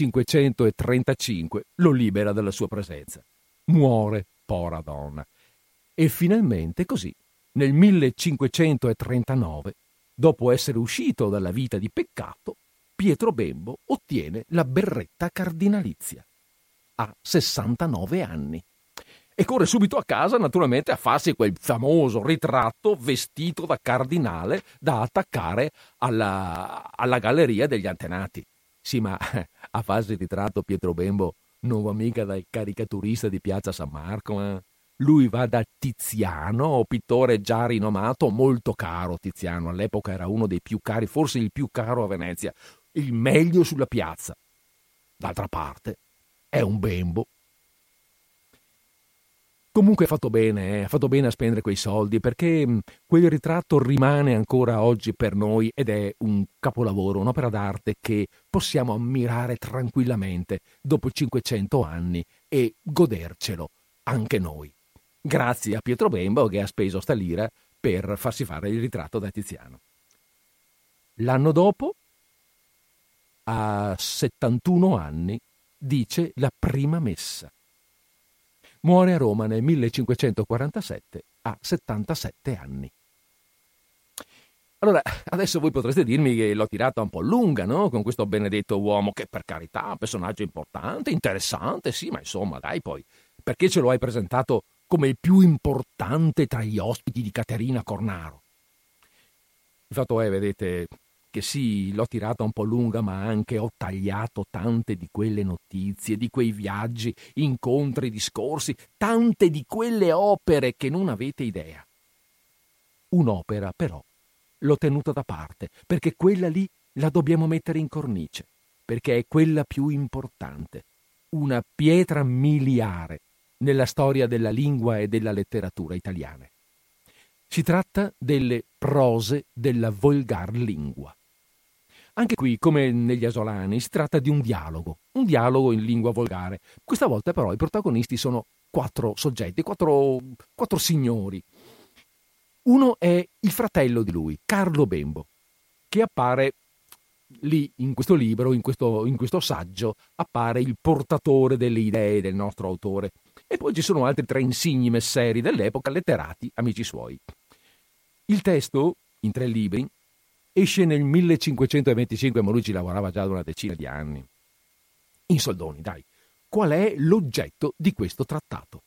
1535 lo libera dalla sua presenza. Muore, povera donna. E finalmente così, nel 1539, dopo essere uscito dalla vita di peccato, Pietro Bembo ottiene la berretta cardinalizia. Ha 69 anni. E corre subito a casa, naturalmente, a farsi quel famoso ritratto vestito da cardinale da attaccare alla galleria degli antenati. Sì, ma a farsi il ritratto Pietro Bembo non va mica dal caricaturista di Piazza San Marco. Lui va da Tiziano, pittore già rinomato, molto caro Tiziano. All'epoca era uno dei più cari, forse il più caro a Venezia, il meglio sulla piazza. D'altra parte, è un Bembo. Comunque ha fatto bene a spendere quei soldi, perché quel ritratto rimane ancora oggi per noi ed è un capolavoro, un'opera d'arte che possiamo ammirare tranquillamente dopo 500 anni e godercelo anche noi. Grazie a Pietro Bembo che ha speso sta lira per farsi fare il ritratto da Tiziano. L'anno dopo, a 71 anni, dice la prima messa. Muore a Roma nel 1547 a 77 anni. Allora, adesso voi potreste dirmi che l'ho tirata un po' lunga, no? Con questo benedetto uomo che, per carità, è un personaggio importante, interessante, sì, ma insomma, dai, poi, perché ce lo hai presentato come il più importante tra gli ospiti di Caterina Cornaro? Il fatto è, vedete, che sì, l'ho tirata un po' lunga, ma anche ho tagliato tante di quelle notizie, di quei viaggi, incontri, discorsi, tante di quelle opere che non avete idea. Un'opera, però, l'ho tenuta da parte, perché quella lì la dobbiamo mettere in cornice, perché è quella più importante, una pietra miliare nella storia della lingua e della letteratura italiane. Si tratta delle prose della volgar lingua. Anche qui, come negli Asolani, si tratta di un dialogo in lingua volgare. Questa volta però i protagonisti sono 4 soggetti, 4 signori. Uno è il fratello di lui, Carlo Bembo, che appare lì in questo libro, in questo saggio, appare il portatore delle idee del nostro autore. E poi ci sono altri 3 insigni messeri dell'epoca, letterati, amici suoi. Il testo, in 3 libri, esce nel 1525, ma lui ci lavorava già da una decina di anni. In soldoni, dai, qual è l'oggetto di questo trattato?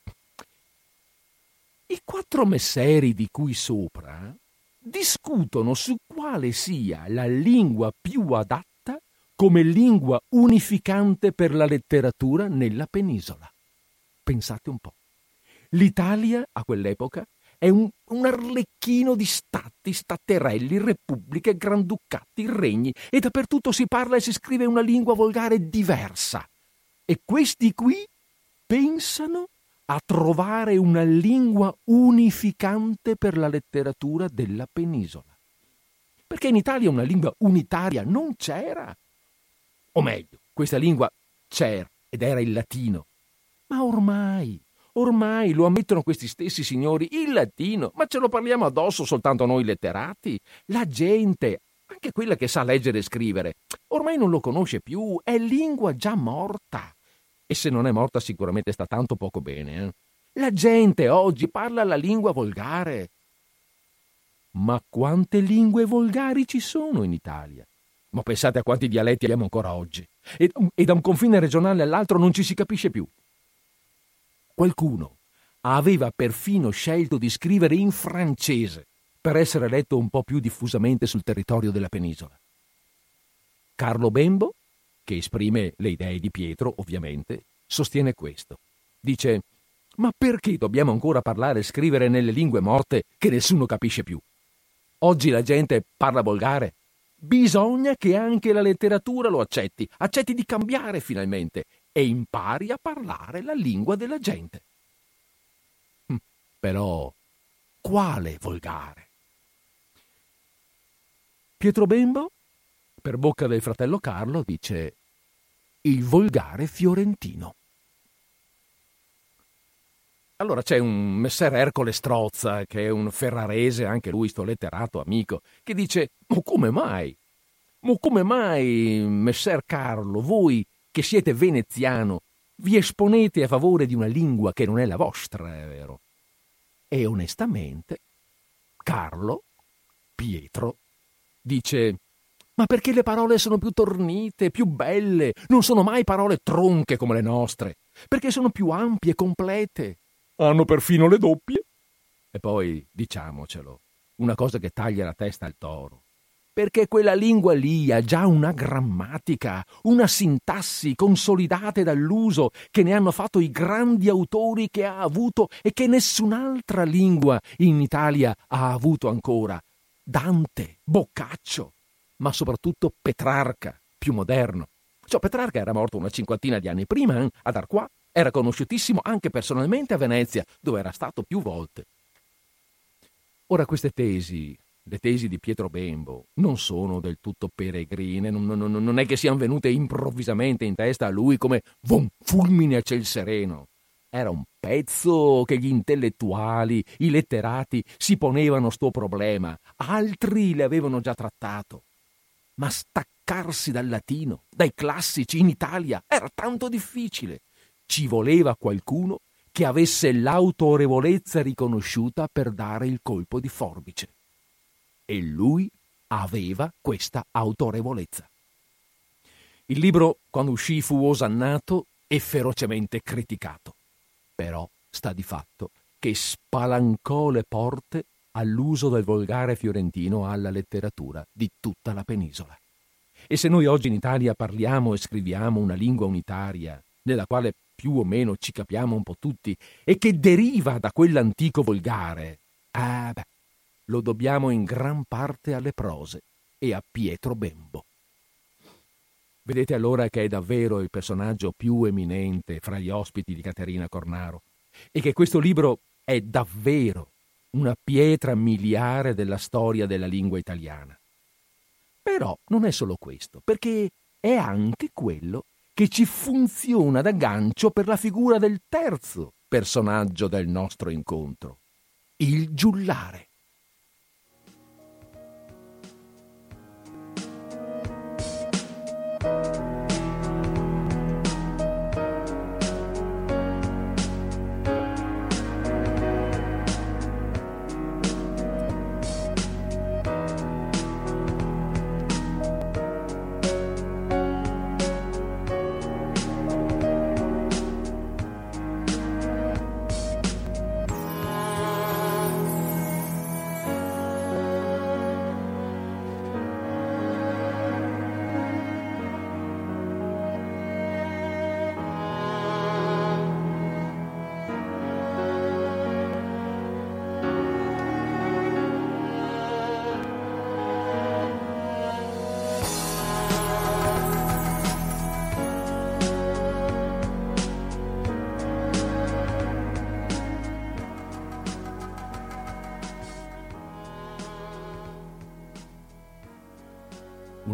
I 4 messeri di cui sopra discutono su quale sia la lingua più adatta come lingua unificante per la letteratura nella penisola. Pensate un po'. L'Italia, a quell'epoca, è un arlecchino di stati, staterelli, repubbliche, granducati, regni, e dappertutto si parla e si scrive una lingua volgare diversa. E questi qui pensano a trovare una lingua unificante per la letteratura della penisola. Perché in Italia una lingua unitaria non c'era. O meglio, questa lingua c'era ed era il latino. Ma ormai lo ammettono questi stessi signori, il latino, ma ce lo parliamo addosso soltanto noi letterati? La gente, anche quella che sa leggere e scrivere, ormai non lo conosce più, è lingua già morta. E se non è morta sicuramente sta tanto poco bene. La gente oggi parla la lingua volgare. Ma quante lingue volgari ci sono in Italia? Ma pensate a quanti dialetti abbiamo ancora oggi. E da un confine regionale all'altro non ci si capisce più. Qualcuno aveva perfino scelto di scrivere in francese per essere letto un po' più diffusamente sul territorio della penisola. Carlo Bembo, che esprime le idee di Pietro, ovviamente, sostiene questo. Dice: ma perché dobbiamo ancora parlare e scrivere nelle lingue morte che nessuno capisce più? Oggi la gente parla volgare. Bisogna che anche la letteratura lo accetti di cambiare finalmente e impari a parlare la lingua della gente. Però, quale volgare? Pietro Bembo, per bocca del fratello Carlo, dice: il volgare fiorentino. Allora c'è un messer Ercole Strozza, che è un ferrarese, anche lui sto letterato amico, che dice: ma come mai, messer Carlo, voi che siete veneziano, vi esponete a favore di una lingua che non è la vostra, è vero? E onestamente Pietro, dice: ma perché le parole sono più tornite, più belle, non sono mai parole tronche come le nostre, perché sono più ampie, complete, hanno perfino le doppie. E poi, diciamocelo, una cosa che taglia la testa al toro, perché quella lingua lì ha già una grammatica, una sintassi consolidate dall'uso che ne hanno fatto i grandi autori che ha avuto e che nessun'altra lingua in Italia ha avuto ancora. Dante, Boccaccio, ma soprattutto Petrarca, più moderno. Petrarca era morto una 50 di anni prima, ad Arquà, era conosciutissimo anche personalmente a Venezia, dove era stato più volte. Ora queste tesi, le tesi di Pietro Bembo, non sono del tutto peregrine, non è che siano venute improvvisamente in testa a lui come fulmine a ciel sereno. Era un pezzo che gli intellettuali, i letterati si ponevano sto problema, altri le avevano già trattato. Ma staccarsi dal latino, dai classici in Italia, era tanto difficile. Ci voleva qualcuno che avesse l'autorevolezza riconosciuta per dare il colpo di forbice. E lui aveva questa autorevolezza. Il libro, quando uscì, fu osannato e ferocemente criticato. Però sta di fatto che spalancò le porte all'uso del volgare fiorentino alla letteratura di tutta la penisola. E se noi oggi in Italia parliamo e scriviamo una lingua unitaria, nella quale più o meno ci capiamo un po' tutti, e che deriva da quell'antico volgare, lo dobbiamo in gran parte alle prose e a Pietro Bembo. Vedete allora che è davvero il personaggio più eminente fra gli ospiti di Caterina Cornaro e che questo libro è davvero una pietra miliare della storia della lingua italiana. Però non è solo questo, perché è anche quello che ci funziona da gancio per la figura del terzo personaggio del nostro incontro, il giullare.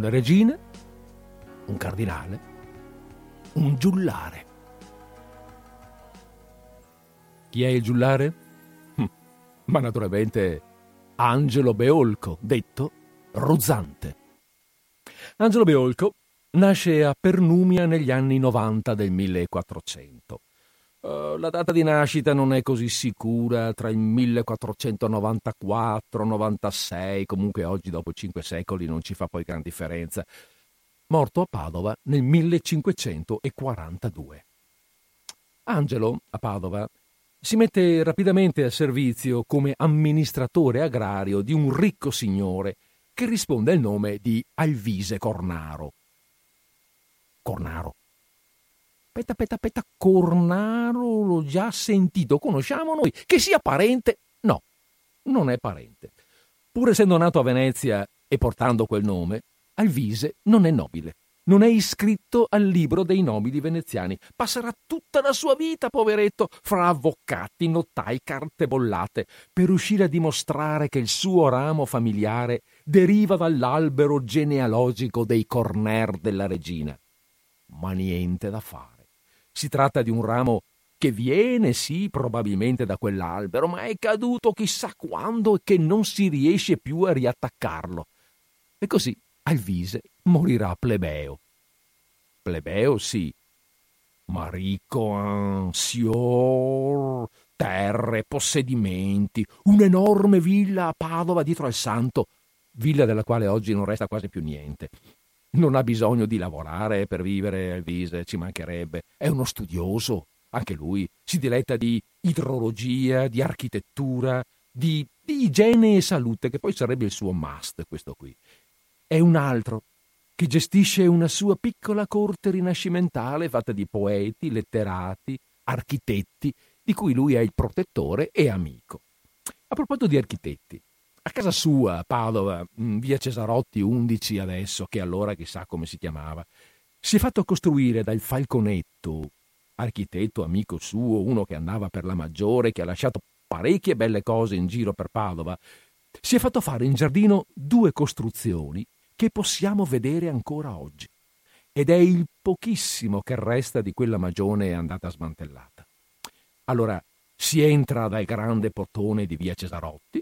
una regina, un cardinale, un giullare. Chi è il giullare? Ma naturalmente Angelo Beolco, detto Ruzzante. Angelo Beolco nasce a Pernumia negli anni 90 del 1400. La data di nascita non è così sicura, tra il 1494-96, comunque oggi dopo 5 secoli non ci fa poi gran differenza. Morto a Padova nel 1542. Angelo, a Padova, si mette rapidamente a servizio come amministratore agrario di un ricco signore che risponde al nome di Alvise Cornaro. Cornaro. Aspetta, Cornaro l'ho già sentito, conosciamo noi. Che sia parente? No, non è parente. Pur essendo nato a Venezia e portando quel nome, Alvise non è nobile. Non è iscritto al libro dei nobili veneziani. Passerà tutta la sua vita, poveretto, fra avvocati, notai, carte bollate, per riuscire a dimostrare che il suo ramo familiare deriva dall'albero genealogico dei Corner della regina. Ma niente da fare. Si tratta di un ramo che viene, sì, probabilmente da quell'albero, ma è caduto chissà quando e che non si riesce più a riattaccarlo. E così Alvise morirà plebeo. Plebeo, sì, ma ricco, signor, terre, possedimenti, un'enorme villa a Padova dietro al Santo, villa della quale oggi non resta quasi più niente. Non ha bisogno di lavorare per vivere, Alvise, ci mancherebbe. È uno studioso, anche lui. Si diletta di idrologia, di architettura, di igiene e salute, che poi sarebbe il suo must, questo qui. È un altro che gestisce una sua piccola corte rinascimentale fatta di poeti, letterati, architetti, di cui lui è il protettore e amico. A proposito di architetti, a casa sua, a Padova, via Cesarotti 11 adesso, che allora chissà come si chiamava, si è fatto costruire dal Falconetto, architetto amico suo, uno che andava per la maggiore, che ha lasciato parecchie belle cose in giro per Padova, si è fatto fare in giardino 2 costruzioni che possiamo vedere ancora oggi. Ed è il pochissimo che resta di quella magione andata smantellata. Allora, si entra dal grande portone di via Cesarotti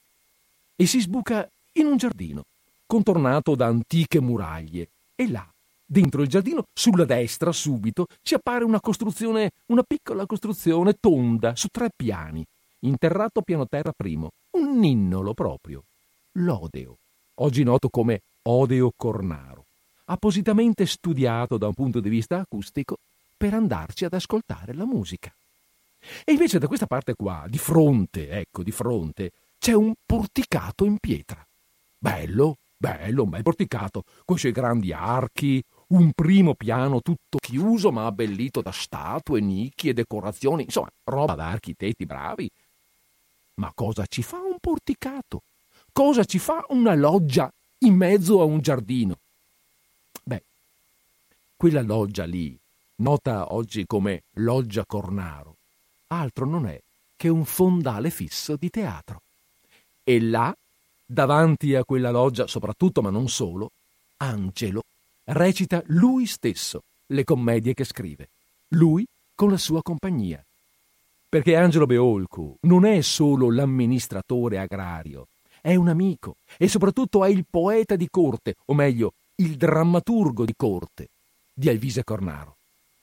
e si sbuca in un giardino contornato da antiche muraglie, e là, dentro il giardino, sulla destra subito, ci appare una piccola costruzione tonda su 3 piani, interrato piano terra primo, un ninnolo proprio, l'Odeo, oggi noto come Odeo Cornaro, appositamente studiato da un punto di vista acustico per andarci ad ascoltare la musica. E invece da questa parte qua, di fronte, c'è un porticato in pietra. Bello, un bel porticato, con i suoi grandi archi, un primo piano tutto chiuso ma abbellito da statue, nicchie e decorazioni, insomma, roba da architetti bravi. Ma cosa ci fa un porticato? Cosa ci fa una loggia in mezzo a un giardino? Beh, quella loggia lì, nota oggi come Loggia Cornaro, altro non è che un fondale fisso di teatro. E là, davanti a quella loggia, soprattutto ma non solo, Angelo recita lui stesso le commedie che scrive, lui con la sua compagnia. Perché Angelo Beolco non è solo l'amministratore agrario, è un amico e soprattutto è il poeta di corte, o meglio, il drammaturgo di corte di Alvise Cornaro.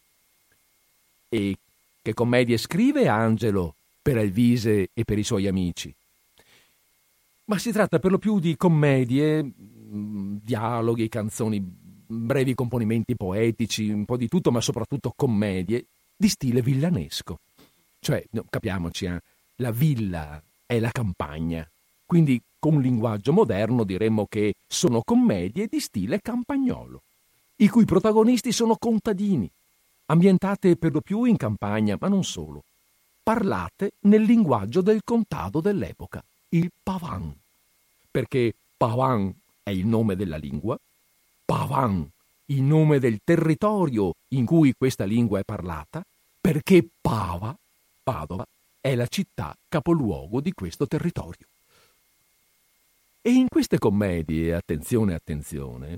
E che commedie scrive Angelo per Alvise e per i suoi amici? Ma si tratta per lo più di commedie, dialoghi, canzoni, brevi componimenti poetici, un po' di tutto, ma soprattutto commedie di stile villanesco. Cioè, capiamoci, la villa è la campagna, quindi con un linguaggio moderno diremmo che sono commedie di stile campagnolo, i cui protagonisti sono contadini, ambientate per lo più in campagna, ma non solo, parlate nel linguaggio del contado dell'epoca, il pavan, perché pavan è il nome della lingua, pavan il nome del territorio in cui questa lingua è parlata, perché Padova, è la città capoluogo di questo territorio. E in queste commedie, attenzione,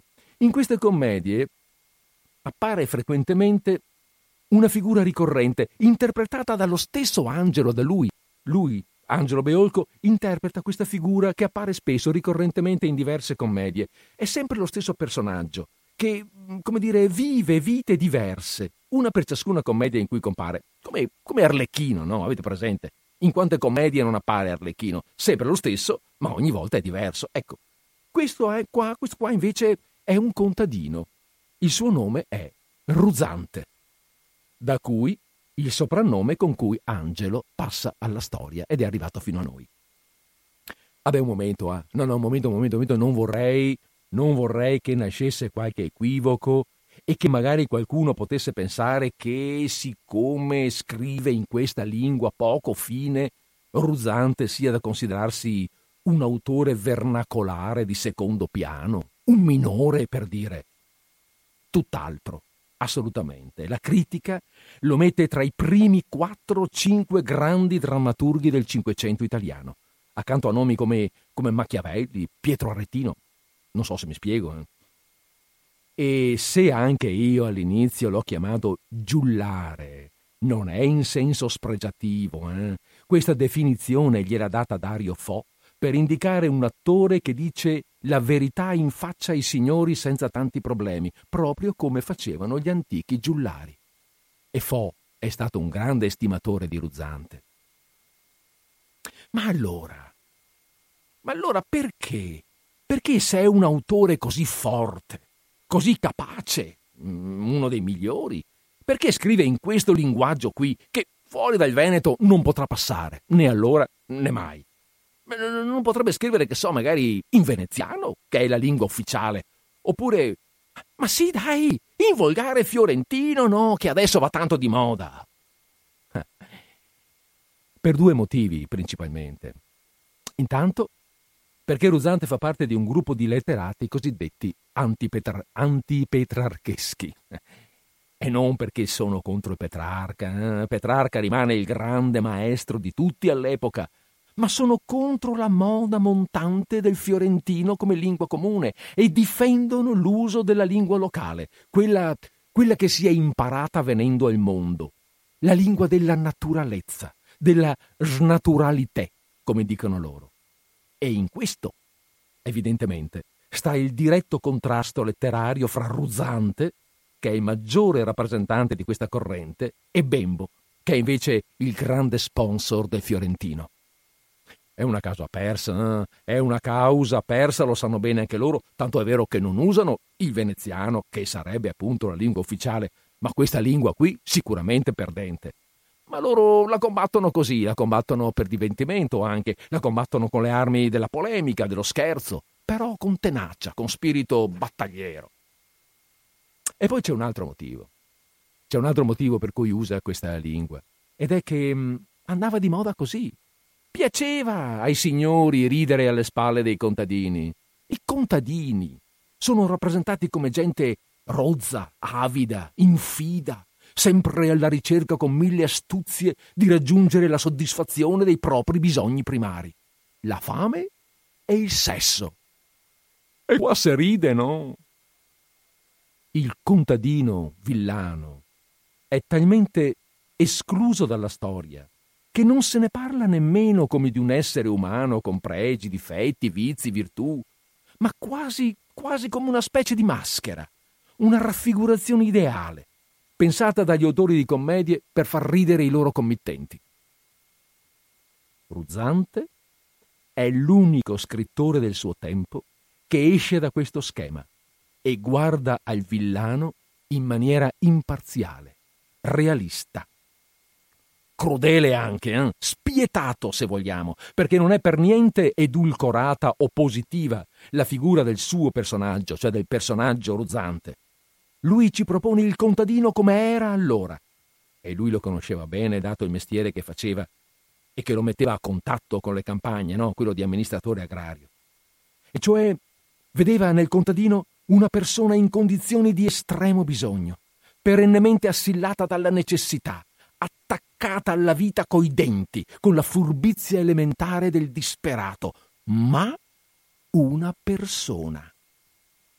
In queste commedie appare frequentemente una figura ricorrente, interpretata dallo stesso Angelo, da lui. Lui, Angelo Beolco, interpreta questa figura che appare spesso, ricorrentemente in diverse commedie. È sempre lo stesso personaggio, che, come dire, vive vite diverse, una per ciascuna commedia in cui compare, come Arlecchino, no? Avete presente? In quante commedie non appare Arlecchino? Sempre lo stesso, ma ogni volta è diverso. Ecco, questo qua invece è un contadino. Il suo nome è Ruzzante, da cui il soprannome con cui Angelo passa alla storia ed è arrivato fino a noi. Vabbè, un momento, un momento, non vorrei che nascesse qualche equivoco e che magari qualcuno potesse pensare che, siccome scrive in questa lingua poco fine, Ruzzante sia da considerarsi un autore vernacolare di secondo piano, un minore, per dire. Tutt'altro, assolutamente. La critica lo mette tra i primi 4-5 grandi drammaturghi del Cinquecento italiano, accanto a nomi come Machiavelli, Pietro Aretino. Non so se mi spiego. E se anche io all'inizio l'ho chiamato giullare, non è in senso spregiativo. Questa definizione gliela data Dario Fo per indicare un attore che dice la verità in faccia ai signori senza tanti problemi, proprio come facevano gli antichi giullari. E Fo è stato un grande estimatore di Ruzzante. Ma allora perché? Perché se è un autore così forte, così capace, uno dei migliori, perché scrive in questo linguaggio qui che fuori dal Veneto non potrà passare, né allora né mai? Non potrebbe scrivere, che so, magari in veneziano, che è la lingua ufficiale, oppure, ma sì dai, in volgare fiorentino, no, che adesso va tanto di moda. Per 2 motivi principalmente. Intanto, perché Ruzzante fa parte di un gruppo di letterati cosiddetti antipetrarcheschi. E non perché sono contro il Petrarca. Petrarca rimane il grande maestro di tutti all'epoca, ma sono contro la moda montante del fiorentino come lingua comune e difendono l'uso della lingua locale, quella che si è imparata venendo al mondo, la lingua della naturalezza, della snaturalité, come dicono loro. E in questo, evidentemente, sta il diretto contrasto letterario fra Ruzzante, che è il maggiore rappresentante di questa corrente, e Bembo, che è invece il grande sponsor del fiorentino. È una causa persa, è una causa persa, lo sanno bene anche loro, tanto è vero che non usano il veneziano, che sarebbe appunto la lingua ufficiale, ma questa lingua qui sicuramente perdente. Ma loro la combattono così, la combattono per divertimento anche, la combattono con le armi della polemica, dello scherzo, però con tenacia, con spirito battagliero. E poi c'è un altro motivo per cui usa questa lingua, ed è che andava di moda così. Piaceva ai signori ridere alle spalle dei contadini. I contadini sono rappresentati come gente rozza, avida, infida, sempre alla ricerca con 1000 astuzie di raggiungere la soddisfazione dei propri bisogni primari, la fame e il sesso. E qua se ride, no? Il contadino villano è talmente escluso dalla storia che non se ne parla nemmeno come di un essere umano con pregi, difetti, vizi, virtù, ma quasi come una specie di maschera, una raffigurazione ideale, pensata dagli autori di commedie per far ridere i loro committenti. Ruzzante è l'unico scrittore del suo tempo che esce da questo schema e guarda al villano in maniera imparziale, realista. Crudele anche, spietato se vogliamo, perché non è per niente edulcorata o positiva la figura del suo personaggio, cioè del personaggio Ruzzante. Lui ci propone il contadino come era allora, e lui lo conosceva bene dato il mestiere che faceva e che lo metteva a contatto con le campagne, no? Quello di amministratore agrario. E cioè vedeva nel contadino una persona in condizioni di estremo bisogno, perennemente assillata dalla necessità, attaccata alla vita coi denti, con la furbizia elementare del disperato, ma una persona.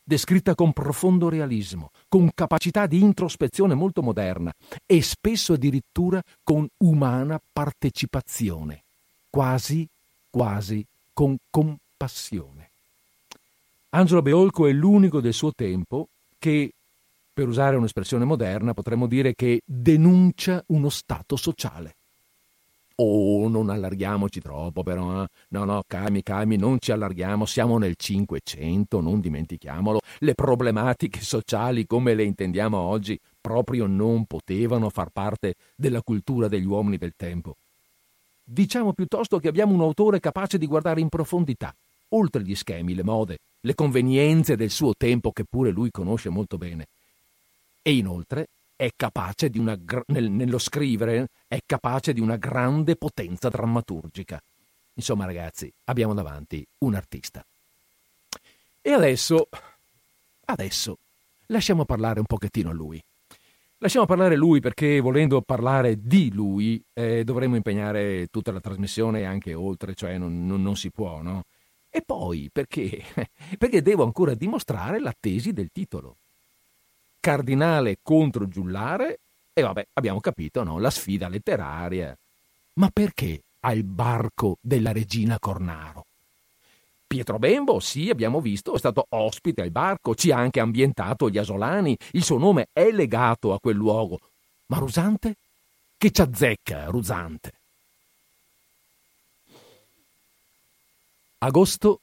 descritta con profondo realismo, con capacità di introspezione molto moderna e spesso addirittura con umana partecipazione, quasi con compassione. Angelo Beolco è l'unico del suo tempo che, per usare un'espressione moderna, potremmo dire che denuncia uno stato sociale. Oh, non allarghiamoci troppo però, no, calmi, non ci allarghiamo, siamo nel Cinquecento, non dimentichiamolo, le problematiche sociali come le intendiamo oggi proprio non potevano far parte della cultura degli uomini del tempo. Diciamo piuttosto che abbiamo un autore capace di guardare in profondità, oltre gli schemi, le mode, le convenienze del suo tempo che pure lui conosce molto bene. E inoltre è capace di nello scrivere è capace di una grande potenza drammaturgica. Insomma, ragazzi, abbiamo davanti un artista. E adesso lasciamo parlare un pochettino a lui. Lasciamo parlare lui perché, volendo parlare di lui, dovremmo impegnare tutta la trasmissione e anche oltre, cioè non si può, no? E poi perché? Perché devo ancora dimostrare la tesi del titolo. Cardinale contro giullare, e vabbè, abbiamo capito, no? La sfida letteraria. Ma perché al barco della regina Cornaro? Pietro Bembo, sì, abbiamo visto, è stato ospite al barco, ci ha anche ambientato gli asolani, il suo nome è legato a quel luogo. Ma Rusante? Che c'azzecca Rusante? Agosto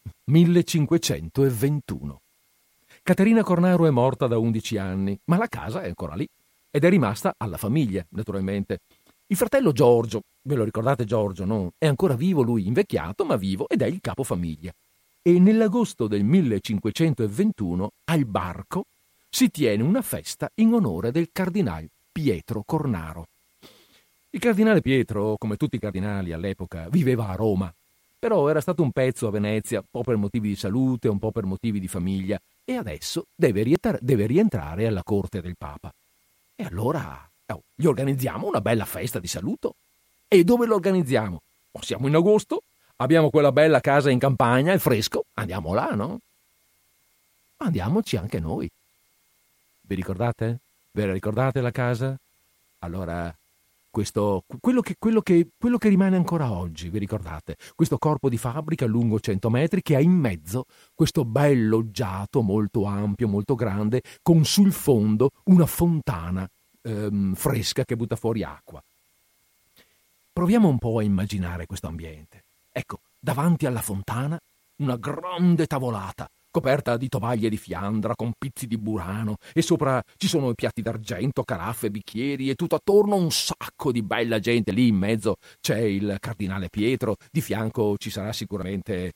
1521. Caterina Cornaro è morta da 11 anni, ma la casa è ancora lì ed è rimasta alla famiglia, naturalmente. Il fratello Giorgio, ve lo ricordate Giorgio, no? È ancora vivo lui, invecchiato, ma vivo, ed è il capofamiglia. E nell'agosto del 1521 al barco si tiene una festa in onore del cardinale Pietro Cornaro. Il cardinale Pietro, come tutti i cardinali all'epoca, viveva a Roma, però era stato un pezzo a Venezia, un po' per motivi di salute, un po' per motivi di famiglia, e adesso deve rientrare alla corte del Papa. E allora gli organizziamo una bella festa di saluto. E dove lo organizziamo? Siamo in agosto, abbiamo quella bella casa in campagna, al fresco, andiamo là, no? Andiamoci anche noi. Vi ricordate? Ve la ricordate la casa? Allora, quello che rimane ancora oggi, vi ricordate? Questo corpo di fabbrica lungo 100 metri che ha in mezzo questo bel loggiato molto ampio, molto grande, con sul fondo una fontana fresca che butta fuori acqua. Proviamo un po' a immaginare questo ambiente. Ecco, davanti alla fontana una grande tavolata coperta di tovaglie di Fiandra con pizzi di Burano, e sopra ci sono i piatti d'argento, caraffe, bicchieri, e tutto attorno un sacco di bella gente. Lì in mezzo c'è il cardinale Pietro, di fianco ci sarà sicuramente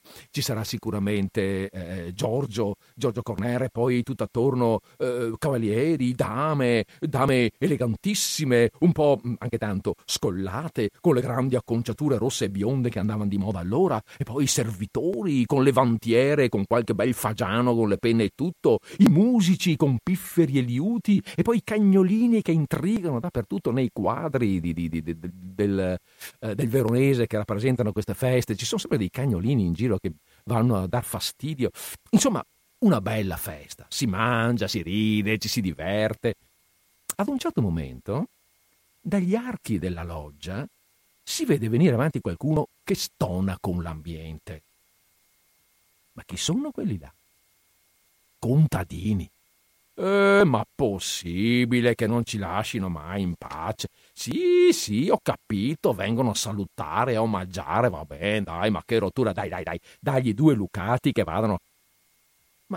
Giorgio Cornere, poi tutto attorno cavalieri, dame elegantissime, un po' anche tanto scollate, con le grandi acconciature rosse e bionde che andavano di moda allora, e poi i servitori con le vantiere, con qualche bel fagiano con le penne e tutto, i musici con pifferi e liuti, e poi i cagnolini che intrigano dappertutto nei quadri del Veronese che rappresentano queste feste. Ci sono sempre dei cagnolini in giro che vanno a dar fastidio. Insomma, una bella festa. Si mangia, si ride, ci si diverte. Ad un certo momento, dagli archi della loggia si vede venire avanti qualcuno che stona con l'ambiente. Ma chi sono quelli là? Contadini. Ma possibile che non ci lascino mai in pace? Sì, ho capito, vengono a salutare, a omaggiare, va bene, dai, ma che rottura, dai, dagli 2 lucati che vadano. Ma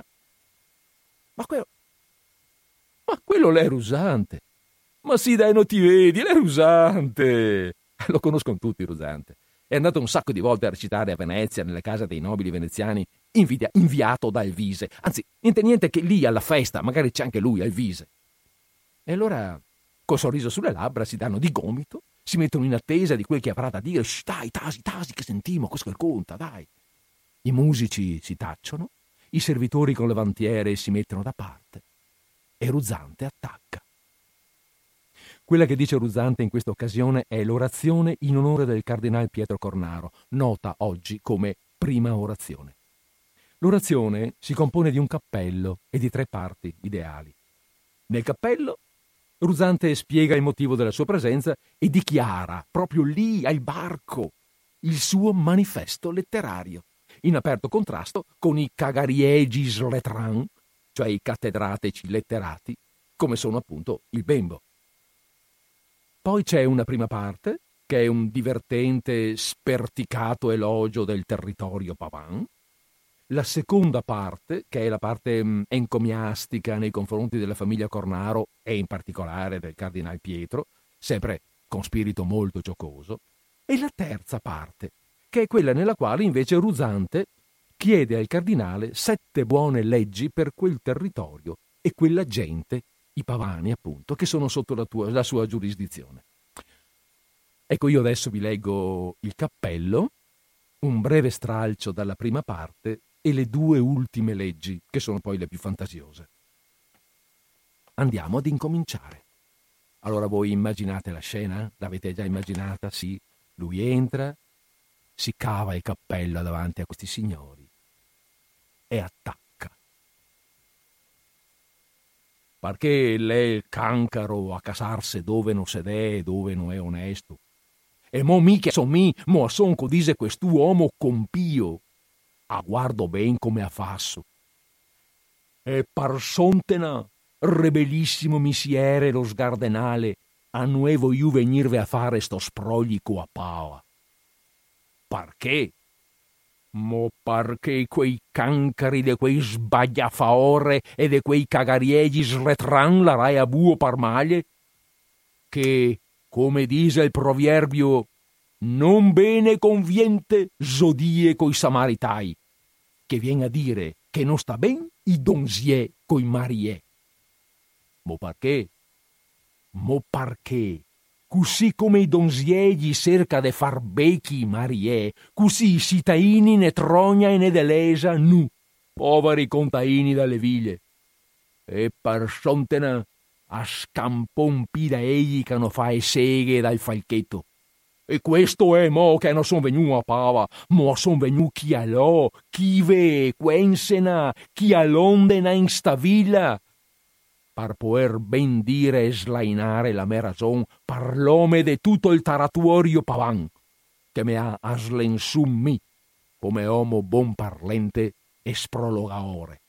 quello l'è Rusante. Ma sì, dai, non ti vedi, l'è Rusante. Lo conoscono tutti, Rusante. È andato un sacco di volte a recitare a Venezia, nelle case dei nobili veneziani, inviato da Elvise. Anzi, niente che lì alla festa, magari c'è anche lui, Elvise. E allora, col sorriso sulle labbra, si danno di gomito, si mettono in attesa di quel che avrà da dire. Dai, tasi, che sentimo, questo è il conta, dai. I musici si tacciono, i servitori con le vantiere si mettono da parte, e Rusante attacca. Quella che dice Rusante in questa occasione è l'orazione in onore del cardinale Pietro Cornaro, nota oggi come prima orazione. L'orazione si compone di un cappello e di 3 parti ideali. Nel cappello, Ruzzante spiega il motivo della sua presenza e dichiara, proprio lì al barco, il suo manifesto letterario, in aperto contrasto con i cagariegis lettrins, cioè i cattedrateci letterati, come sono appunto il Bembo. Poi c'è una prima parte, che è un divertente, sperticato elogio del territorio pavan. La seconda parte, che è la parte encomiastica nei confronti della famiglia Cornaro e in particolare del Cardinal Pietro, sempre con spirito molto giocoso. E la terza parte, che è quella nella quale invece Ruzzante chiede al cardinale 7 buone leggi per quel territorio e quella gente, i pavani appunto, che sono sotto la sua giurisdizione. Ecco, io adesso vi leggo il cappello, un breve stralcio dalla prima parte e le 2 ultime leggi, che sono poi le più fantasiose. Andiamo ad incominciare. Allora voi immaginate la scena? L'avete già immaginata? Sì. Lui entra, si cava il cappello davanti a questi signori e attacca. Perché lei il cancaro a casarse dove non se deve e dove non è onesto. E mo mica son mi, mo son codise quest'uomo compio. A guardo ben come ha fasso. E parsontena, rebellissimo misiere lo sgardenale, a nuevo io venirve a fare sto sproglico a pava. Perché? Mo perché quei cancari de quei sbagliafaore e de quei cagarieggi sletran la rai a buo parmaglie? Che, come dice il proverbio, non bene conviente zodie coi samaritai, che viene a dire che non sta ben i donzie coi marie. Mo perché? Mo perché, così come i donzie gli cerca de far becchi i marie, così i cittadini ne trogna e ne delesa nu, poveri containi dalle viglie. E parsontena a scampompi da egli che non fa e seghe dal falchetto. E questo è mo che non son venuto a pava, mo son venuto chi allò, chi ve, quensena, chi all'ondena in sta villa, per poter ben dire e slainare la mia ragion per l'ome de tutto il taratuorio pavan, che me ha aslensum mi, come uomo bon parlente e sprologaore.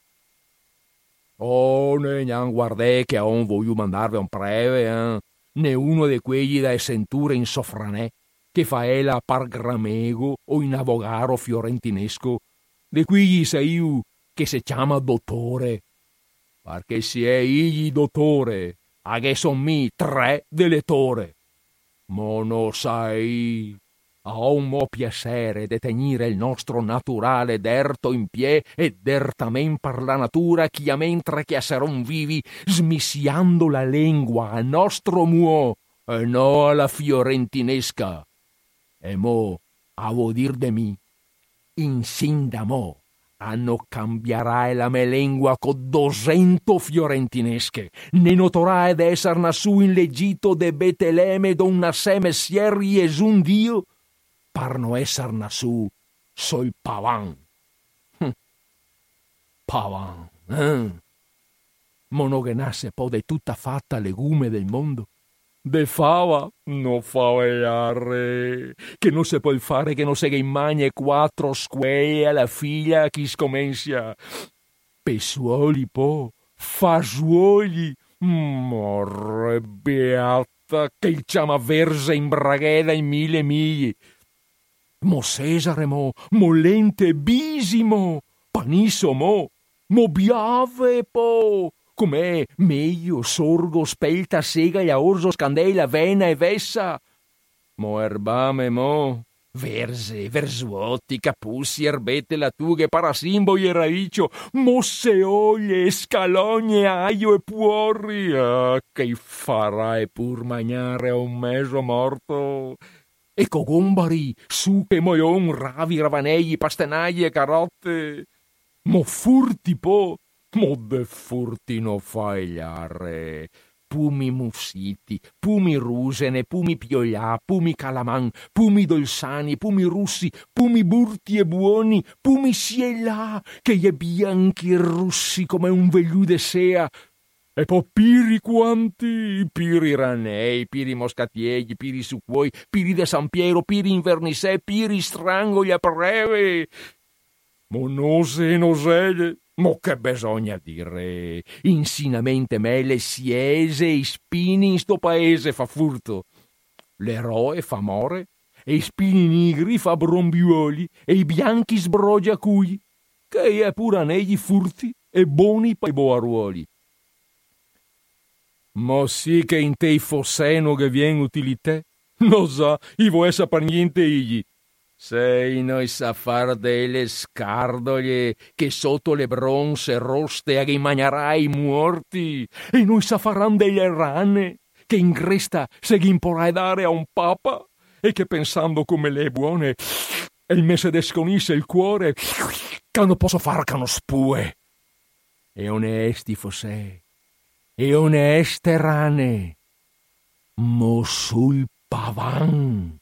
Oh, ne gnan guardè che non voglio mandarvi un breve, né uno di quelli da essenture in sofranè, che fa ela par gramego o in avogaro fiorentinesco, de quegli sei io che si chiama dottore, perché si è igli dottore, a che son mi 3 dell'ettore. Mo no sai, a un mo piacere de tenire il nostro naturale derto in pie e dertamen per la natura chia mentre che saron vivi, smissiando la lingua a nostro muo e no alla fiorentinesca. E mo, a vo dir de mi, in sin da mo, hanno cambierai la mia lingua con 200 fiorentinesche, ne noterai d'esser nasu in l'Egitto de Betlemme donna seme sierri es un dio, par no esser nasu sol pavan. Pavan, monogenasse po' de tutta fatta legume del mondo. De fava, no favegliare, che non se può fare che non se in magne 4 squee alla figlia chi scomensia. Pessuoli po, fasuoli, morre beata, che il ciama versa in bragheda in 1000 migli. Mo Cesare mo lente bisimo, panisso mo biave po, com'è meglio, sorgo, spelta, segaglia, orzo, scandela, vena e vessa. Mo erbame mo, verse, versuotti, capussi, erbette, lattughe, parasimboi e raicio, mosse oglie, scalogne, aglio e puorri. Ah, che farai pur mangiare a un meso morto? E cogombari, suche, moion, ravi, ravanelli, pastenaglie e carotte. Mo furti po, mo de furti no fagliare. pumi mussiti, pumi rusene, pumi pioglià, pumi calaman, pumi dolsani, pumi russi, pumi burti e buoni, pumi sielà, che gli è bianchi e russi come un velude sea, e poi piri quanti, piri ranei, piri moscatiegli, piri succuoi, piri de San Piero, piri invernisè, piri strangoli a breve. Monose e noselle, mo che bisogna dire, insinamente mele siese e spini in sto paese fa furto. L'eroe fa more, e i spini nigri fa brombiuoli, e i bianchi sbrogia cui, che è pure negli furti e buoni pai boaruoli. Ma sì che in te fosseno che vien utilità, no sa, i vo essa per niente igli. Sei noi sa far delle scardoglie che sotto le bronze roste agrimagnarai morti, e noi sa faran delle rane che in cresta se g'imporai dare a un papa, e che pensando come le buone e il mese desconisse il cuore che non posso far che non spue. E onesti fosse e oneste rane, mo sul pavan,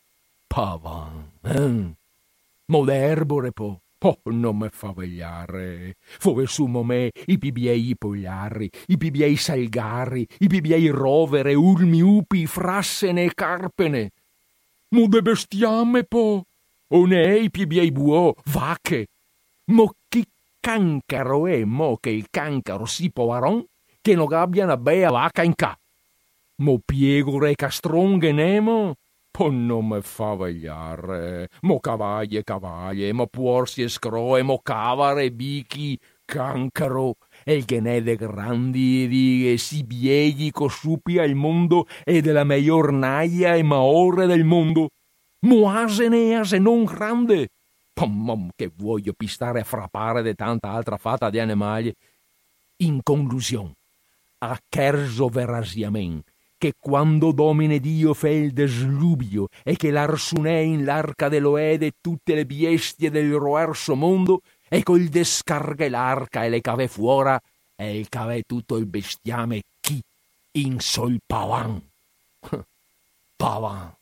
moderbore po, non me fa vegliare, fove sumo me i pibiei pogliarri, i pibiei salgarri, i pibiei rovere, ulmi, upi, frassene e carpene, mo de bestiame po, one i pibiei buò, vacche, mo chi cancaro è mo che il cancaro si povaron, che non abbia una bea vacca in ca. Mo piegore castronghe nemo, po non me fa vegliare. Mo cavaglie e cavaglie, mo puorsi e scroe, mo cavare, bichi, cancaro, e il che ne de grandi di si biegli cosciupi al mondo e della miglior naia e maore del mondo. Mo asene e ase non grande. Pom, che voglio pistare a frappare de tanta altra fata di animali. In conclusione, a cherzo verasiamen, che quando domine Dio fe il desluvio e che l'arsunè in l'arca dell'Oede tutte le bestie del roerso mondo, e col descarga l'arca e le cave fuora, e il cave tutto il bestiame chi in sol pavan. Pavan,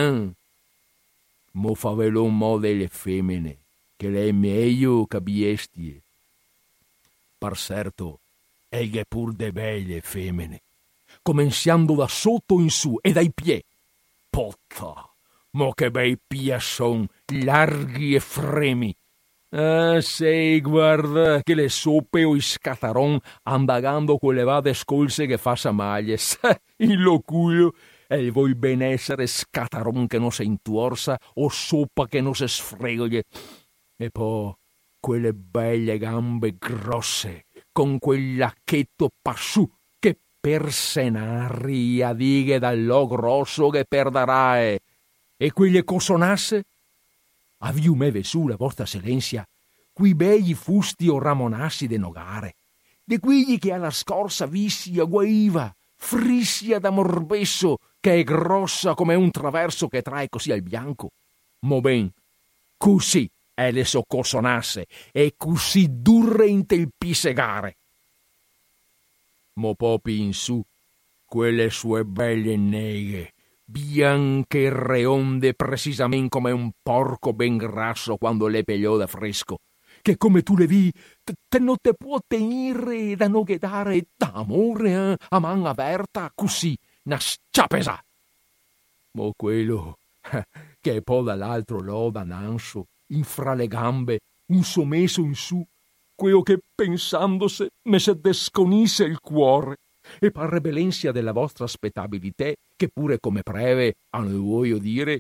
mo favelo un mo delle femmine, che le è meglio che bestie. Per certo, eghe pur de belle femmine, cominciando da sotto in su e dai piedi. Potta, mo che bei pia son, larghi e fremi. Ah, sei, guarda, che le soppe o i scataron andagando con le vade scolse che fa sa maglie. Il locuio, e vuoi ben essere scataron che non se intuorsa o soppa che non se sfregoglie. E poi quelle belle gambe grosse, con quel lacchetto passù, che per senarri a dighe dall'o grosso che perdarai, e quelle cosonasse, aviumeve su la vostra silenzia, qui begli fusti o ramonassi de nogare, de quegli che alla scorsa vissi a guaiva, frissia da morbesso, che è grossa come un traverso che trae così al bianco. Mo ben, così e le soccorsonasse e così durre in telpisse gare. Mo popi in su, quelle sue belle neghe, bianche e reonde precisamente come un porco ben grasso quando le pegliò da fresco, che come tu le vi, te non te può tenere da noghedare d'amore a man aperta così, na sciapesa. Mo quello che poi dall'altro loda nanso, in fra le gambe, un sommesso in su, quello che pensandose me se desconisse il cuore, e par rebellenza della vostra aspettabilità, che pure come preve, a noi voglio dire,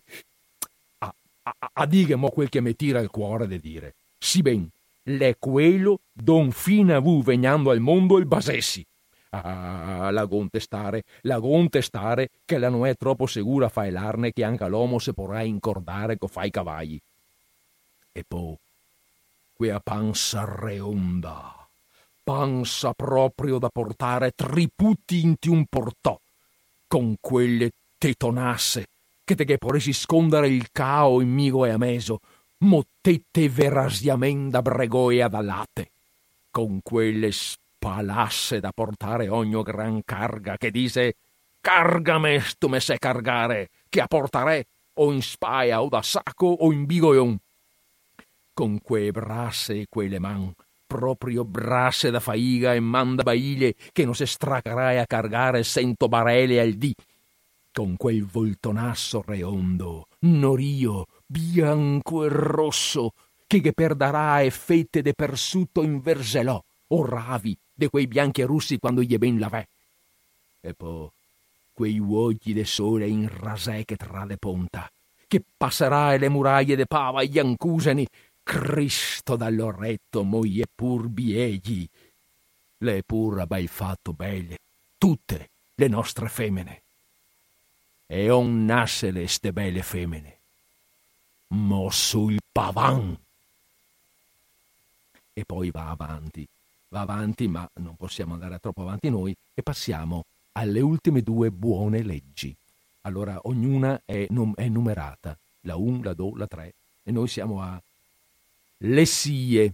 a dighe mo quel che mi tira il cuore de dire. Si ben, l'è quello don fina vu vegnando al mondo il basessi. La contestare, che la non è troppo sicura fa l'arne che anche l'uomo se porrà incordare co fa i cavalli. E poi, quea panza reonda, panza proprio da portare triputi inti un portò, con quelle tetonasse che te che porresi scondere il cao in migo e ameso, mottette verasiamen da bregoia da latte, con quelle palasse da portare ogni gran carga, che dice cargame stu me se cargare, che a portare o in spaia o da sacco o in bigoion. Con quei brasse e quelle man, proprio brasse da faiga e man da baile, che non se stracarai a cargare 100 barele al dì. Con quel voltonasso reondo, norio, bianco e rosso, che perdarà e fette de persutto in verselò, o ravi de quei bianchi e russi quando gli è ben lavè. E poi quei uogli de sole in rasè che tra le ponta, che passerà e le muraglie de pava e gli ancuseni, Cristo dall'oretto moglie pur biegli, le pur a bel fatto belle, tutte le nostre femmine. E on nassele ste belle femmine, mo sul pavan. E poi va avanti, ma non possiamo andare troppo avanti noi, e passiamo alle ultime 2 buone leggi. Allora ognuna è numerata, la 1, la 2, la 3, e noi siamo a le sie.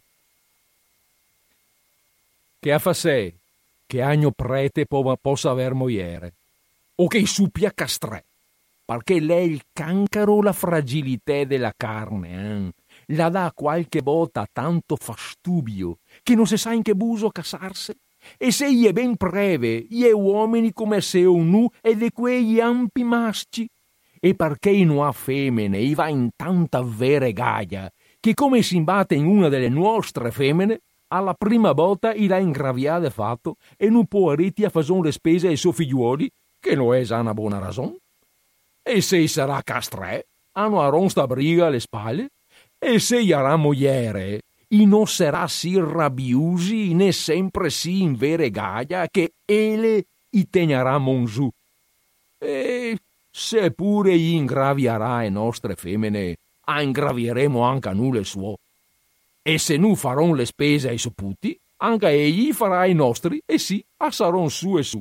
Che a fa sé che agno prete possa aver moiere, o che i suppia castrè, perché lei il cancaro la fragilità della carne, la dà qualche volta tanto fastubio che non si sa in che buso casarse. E se gli è ben preve, gli è uomini come se nu e de quegli ampi masci. E perché non ha femmine, i va in tanta vere gaia, che come si imbatte in una delle nostre femmine, alla prima volta i la ingraviade fatto e non può arriti a fason le spese ai suoi figliuoli, che non è una buona ragione. E se sarà castrè, hanno a ron sta briga alle spalle, e se gli arà mogliere, i non sarà sì rabiusi né sempre sì in vere gaia che ele i tegnarà monzù. E se pure gli ingravierà le nostre femmine, a ingravieremo anche a nu le suo. E se nu faron le spese ai soputi, anche egli farà i nostri, e sì, a saron su e su.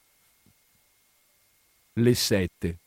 Le 7.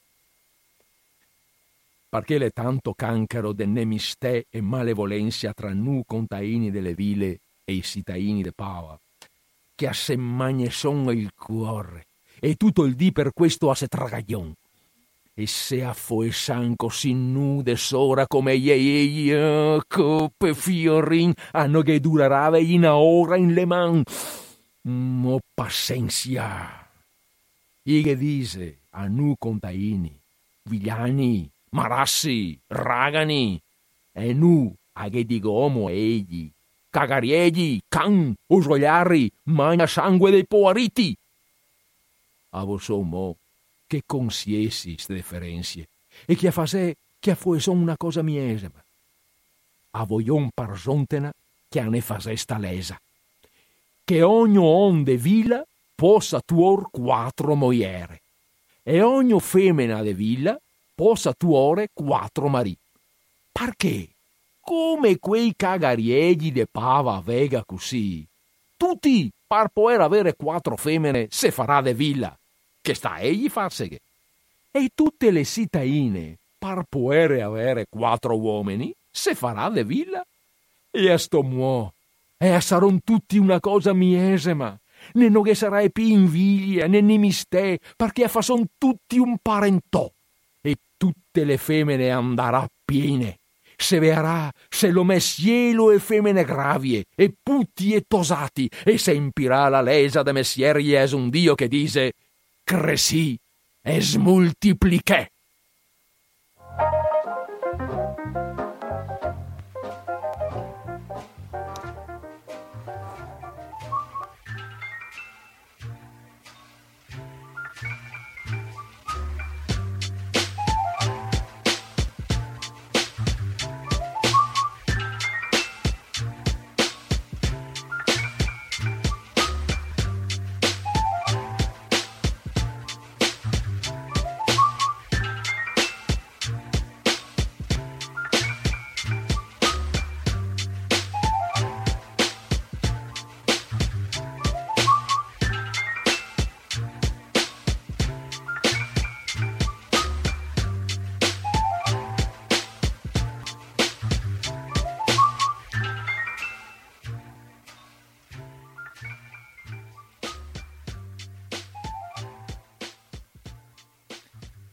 Perché le tanto cancaro de nemistè e malevolenzia tra nu containi delle vile e i citaini de Pava, che assemagne son il cuore, e tutto il dì per questo a se tragaglion. E se affoessan così nude sora come egli, coppe fiorin, hanno che durarave in ora in le man. Mo pazienza. I che dice a nu containi, vigliani, marassi, ragani, e nu a che dico omo egli, cagariegli, can, usogliari, magna sangue dei poariti. A vosomo, che consiesi ste differenzie, e che a fasè che a fue son una cosa miesema. A voglion parzontena che a ne fasè sta lesa, che ogni onde villa possa tuor 4 moiere, e ogni femmina de villa possa tuore 4 marì. Perché? Come quei cagariegli de Pava vega così, tutti par poter avere 4 femmine se farà de villa, che sta egli farseghe. E tutte le citaine par poter avere 4 uomini se farà de villa. E a sto muo, e a saron tutti una cosa miesema, ne non che sarai più invidia né nimistè, perché a fa son tutti un parentò. E tutte le femmine andarà piene, se verrà se lo messielo e femmine gravie, e putti e tosati, e se empirà la lesa de messieri es un dio che dice cresì e smultipliché.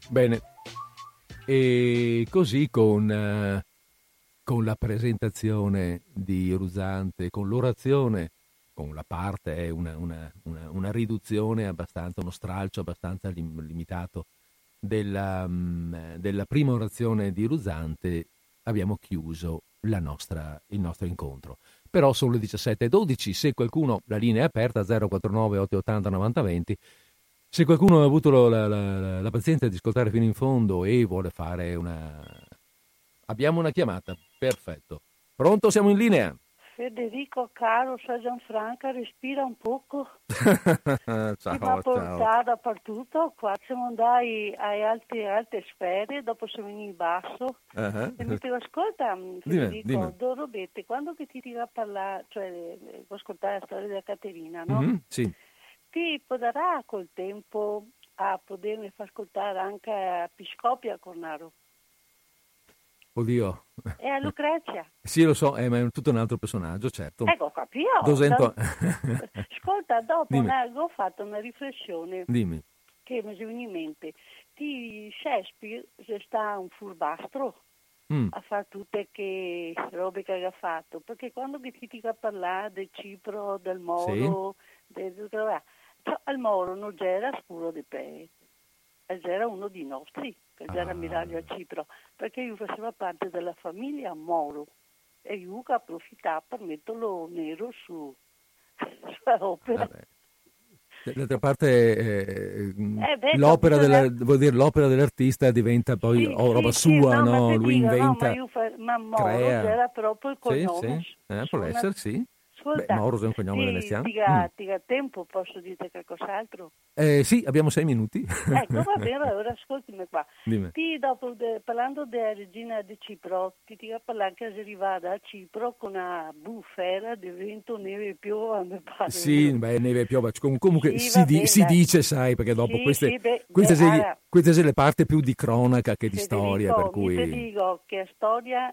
Bene. E così con la presentazione di Rusante, con l'orazione, con la parte è una riduzione abbastanza, uno stralcio abbastanza limitato della prima orazione di Rusante, abbiamo chiuso il nostro incontro. Però sono le 17:12, se qualcuno, la linea è aperta, 049 880 9020, se qualcuno ha avuto la pazienza di ascoltare fino in fondo e vuole fare Abbiamo una chiamata, perfetto. Pronto, siamo in linea? Federico, caro, sono Gianfranca, respira un poco. Ciao, Ti va portato dappertutto, qua siamo andati a alte sfere, dopo siamo in basso. E mi dico, ascolta Federico, Dimmi. Dorobete, quando che ti tira a parlare, cioè ascoltare la storia della Caterina, no? Mm-hmm, sì. Ti darà col tempo a potermi far ascoltare anche a Piscopia Cornaro? Oddio. E a Lucrezia. Sì, lo so, ma è tutto un altro personaggio, certo. Ecco, capito. Ascolta, dopo ho fatto una riflessione. Dimmi. Che mi viene in mente. Di Shakespeare sta un furbastro a fare tutte che robe che ha fatto. Perché quando ti dico a parlare del Cipro, del Moro, al Moro non c'era scuro di pe. Era uno di nostri, che era ammiraglio a Cipro, perché io faceva parte della famiglia Moro e io che approfittavo per metterlo nero su sua opera. D'altra parte l'opera l'opera dell'artista diventa poi roba sua, no? Lui inventa, ma Moro era proprio il cognome. Può essere, sì. Ascolta, Moro è un cognome veneziano. Ti tempo, posso dire qualcos'altro? Sì, abbiamo 6 minuti. Ecco, va bene, allora ascoltami qua. Dimmi. Parlando della regina di Cipro, ti dico parlare che è arrivata a Cipro con una bufera di vento, neve e piova, mi pare. Sì, neve e piova, comunque si dice, sai, perché dopo queste sono le parti più di cronaca che di storia, per cui... Ti dico che storia.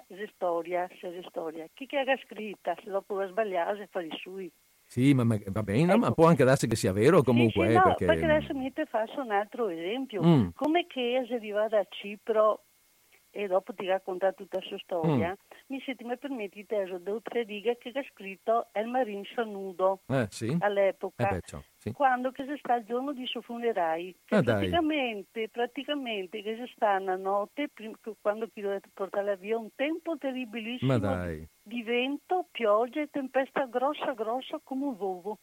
Chi che ha scritta, se dopo va sbagliato, se fa i sui. Sì, ma va bene, ma può anche darsi che sia vero comunque. Sì, no, perché adesso mi te faccio un altro esempio. Come che è arrivata a Cipro e dopo ti racconta tutta la sua storia, se ti mi permetti te do 3 righe che ha scritto El Marin Sanudo all'epoca, quando che si sta il giorno di suo funerale, che praticamente che si sta una notte, quando chi dovete portare via, un tempo terribilissimo di vento, pioggia e tempesta grossa come un uovo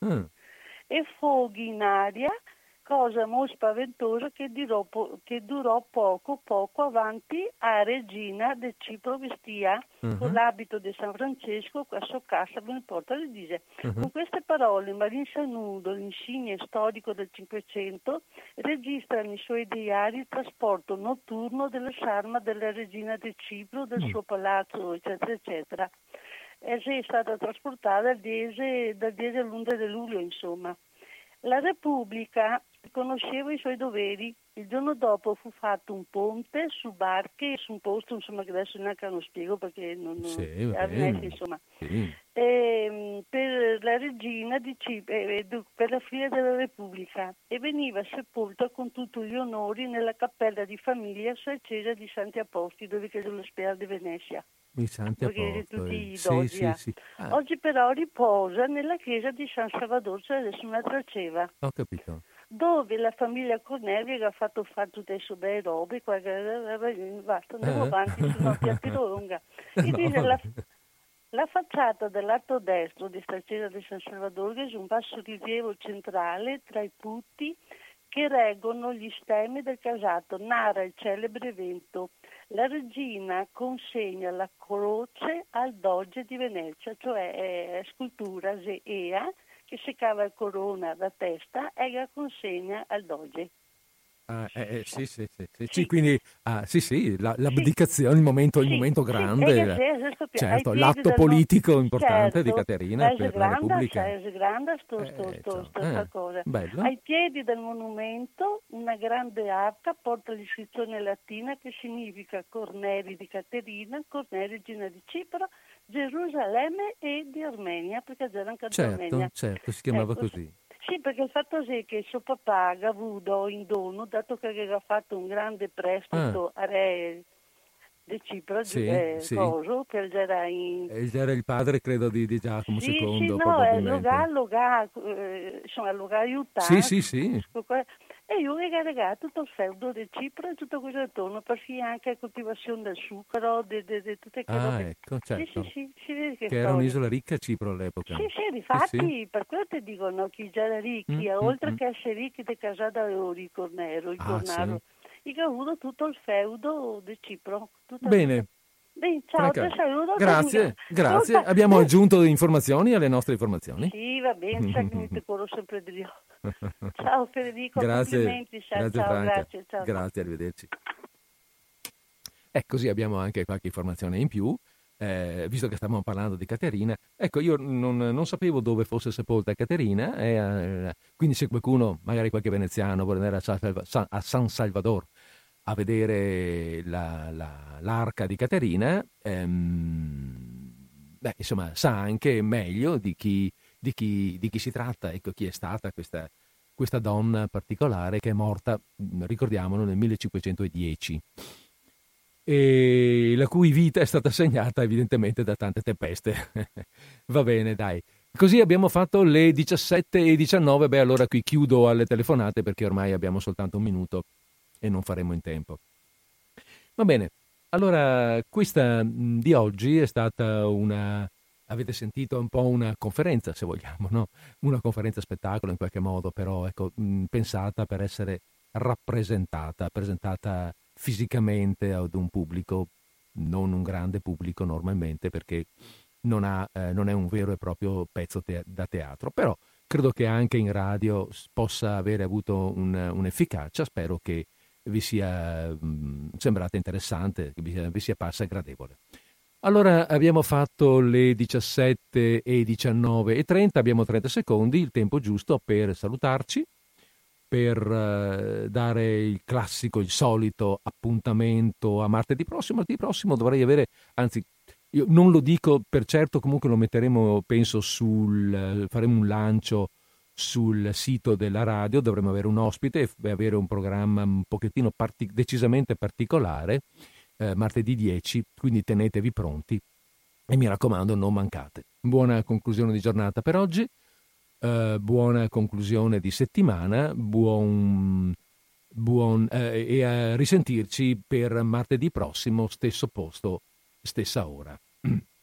e fuochi in aria, cosa molto spaventosa che durò poco avanti a regina del Cipro vestia con l'abito di San Francesco a sua casa in porta le dice con queste parole Marin Sanudo, l'insigne storico del Cinquecento, registra nei suoi diari il trasporto notturno della sarma della regina del Cipro, del suo palazzo eccetera eccetera. È stata trasportata dal 10 all'11 di luglio, insomma. La Repubblica conosceva i suoi doveri. Il giorno dopo fu fatto un ponte su barche su un posto, insomma, che adesso neanche non spiego perché non insomma. Sì. Per la regina di Cipro, per la figlia della Repubblica, e veniva sepolta con tutti gli onori nella cappella di famiglia Sarcesa di Santi Apostoli, dove c'è l'ospedale di Venezia. I Santi Apostoli. Sì. Oggi però riposa nella chiesa di San Salvador, cioè adesso una traceva. Ho capito. Dove la famiglia Cornelli ha fatto fare tutte le sue belle robe, basta, andiamo avanti, se no ti attiro lunga. La facciata del lato destro di sta chiesa di San Salvador è un basso rilievo centrale tra i putti che reggono gli stemmi del casato, narra il celebre evento. La regina consegna la croce al doge di Venezia, cioè scultura Ea, che si cava il corona da testa e la consegna al doge. Sì, quindi l'abdicazione, il momento grande, certo, l'atto politico importante di Caterina per la Repubblica. È grande sta cosa. Bello. Ai piedi del monumento una grande arca porta l'iscrizione latina che significa Corneli di Caterina, Corneli regina di Cipro, Gerusalemme e di Armenia, perché c'era anche Armenia. Certo, si chiamava così. Sì, perché il fatto è che suo papà ha avuto in dono, dato che aveva fatto un grande prestito a re di Cipro, sì, sì. coso, che era in... Era il padre, credo, di Giacomo Sì, II, no, probabilmente. insomma, lo ha Sì, aiutato. sì, sì. E io gli ho regalato tutto il feudo di Cipro e tutto questo attorno, per anche la coltivazione del zucchero, di tutte quelle Ah, robe. ecco, Sì, sì, certo. sì, si vede che Che era storia. un'isola ricca Cipro all'epoca. Sì, sì, Sì, sì. difatti, per quello ti dicono che già era ricchi, oltre che essere ricchi di casata di Cornero, Ah, sì. gli ha avuto tutto il feudo di Cipro. Bene. Bene, ciao, ti Franca, saluto. grazie, grazie. Abbiamo aggiunto informazioni alle nostre informazioni. Sì, va bene, sai che mi ti corro sempre di io. Ciao Federico, Grazie, complimenti, grazie ciao, Franca. grazie, ciao. Grazie, arrivederci. Così abbiamo anche qualche informazione in più, visto che stavamo parlando di Caterina. Ecco, io non sapevo dove fosse sepolta Caterina, quindi se qualcuno, magari qualche veneziano, vuole andare a San Salvador a vedere l'arca di Caterina, insomma, sa anche meglio di chi si tratta, ecco, chi è stata questa donna particolare che è morta, ricordiamolo, nel 1510 e la cui vita è stata segnata evidentemente da tante tempeste. Va bene, dai. Così abbiamo fatto le 17:19, allora qui chiudo alle telefonate perché ormai abbiamo soltanto un minuto e non faremo in tempo. Va bene, allora questa di oggi è stata avete sentito un po' una conferenza, se vogliamo, no? Una conferenza spettacolo in qualche modo, però ecco, pensata per essere presentata fisicamente ad un pubblico, non un grande pubblico normalmente, perché non è un vero e proprio pezzo da teatro, però credo che anche in radio possa avere avuto un'efficacia. Spero che vi sia sembrata interessante, che vi sia parsa gradevole. Allora abbiamo fatto le 17:19:30, abbiamo 30 secondi, il tempo giusto per salutarci, per dare il classico, il solito appuntamento a martedì prossimo. Martedì prossimo dovrei avere, anzi io non lo dico per certo, comunque lo metteremo, penso, faremo un lancio sul sito della radio, dovremo avere un ospite e avere un programma un pochettino decisamente particolare, martedì 10, quindi tenetevi pronti e mi raccomando non mancate. Buona conclusione di giornata per oggi, buona conclusione di settimana, e a risentirci per martedì prossimo, stesso posto, stessa ora.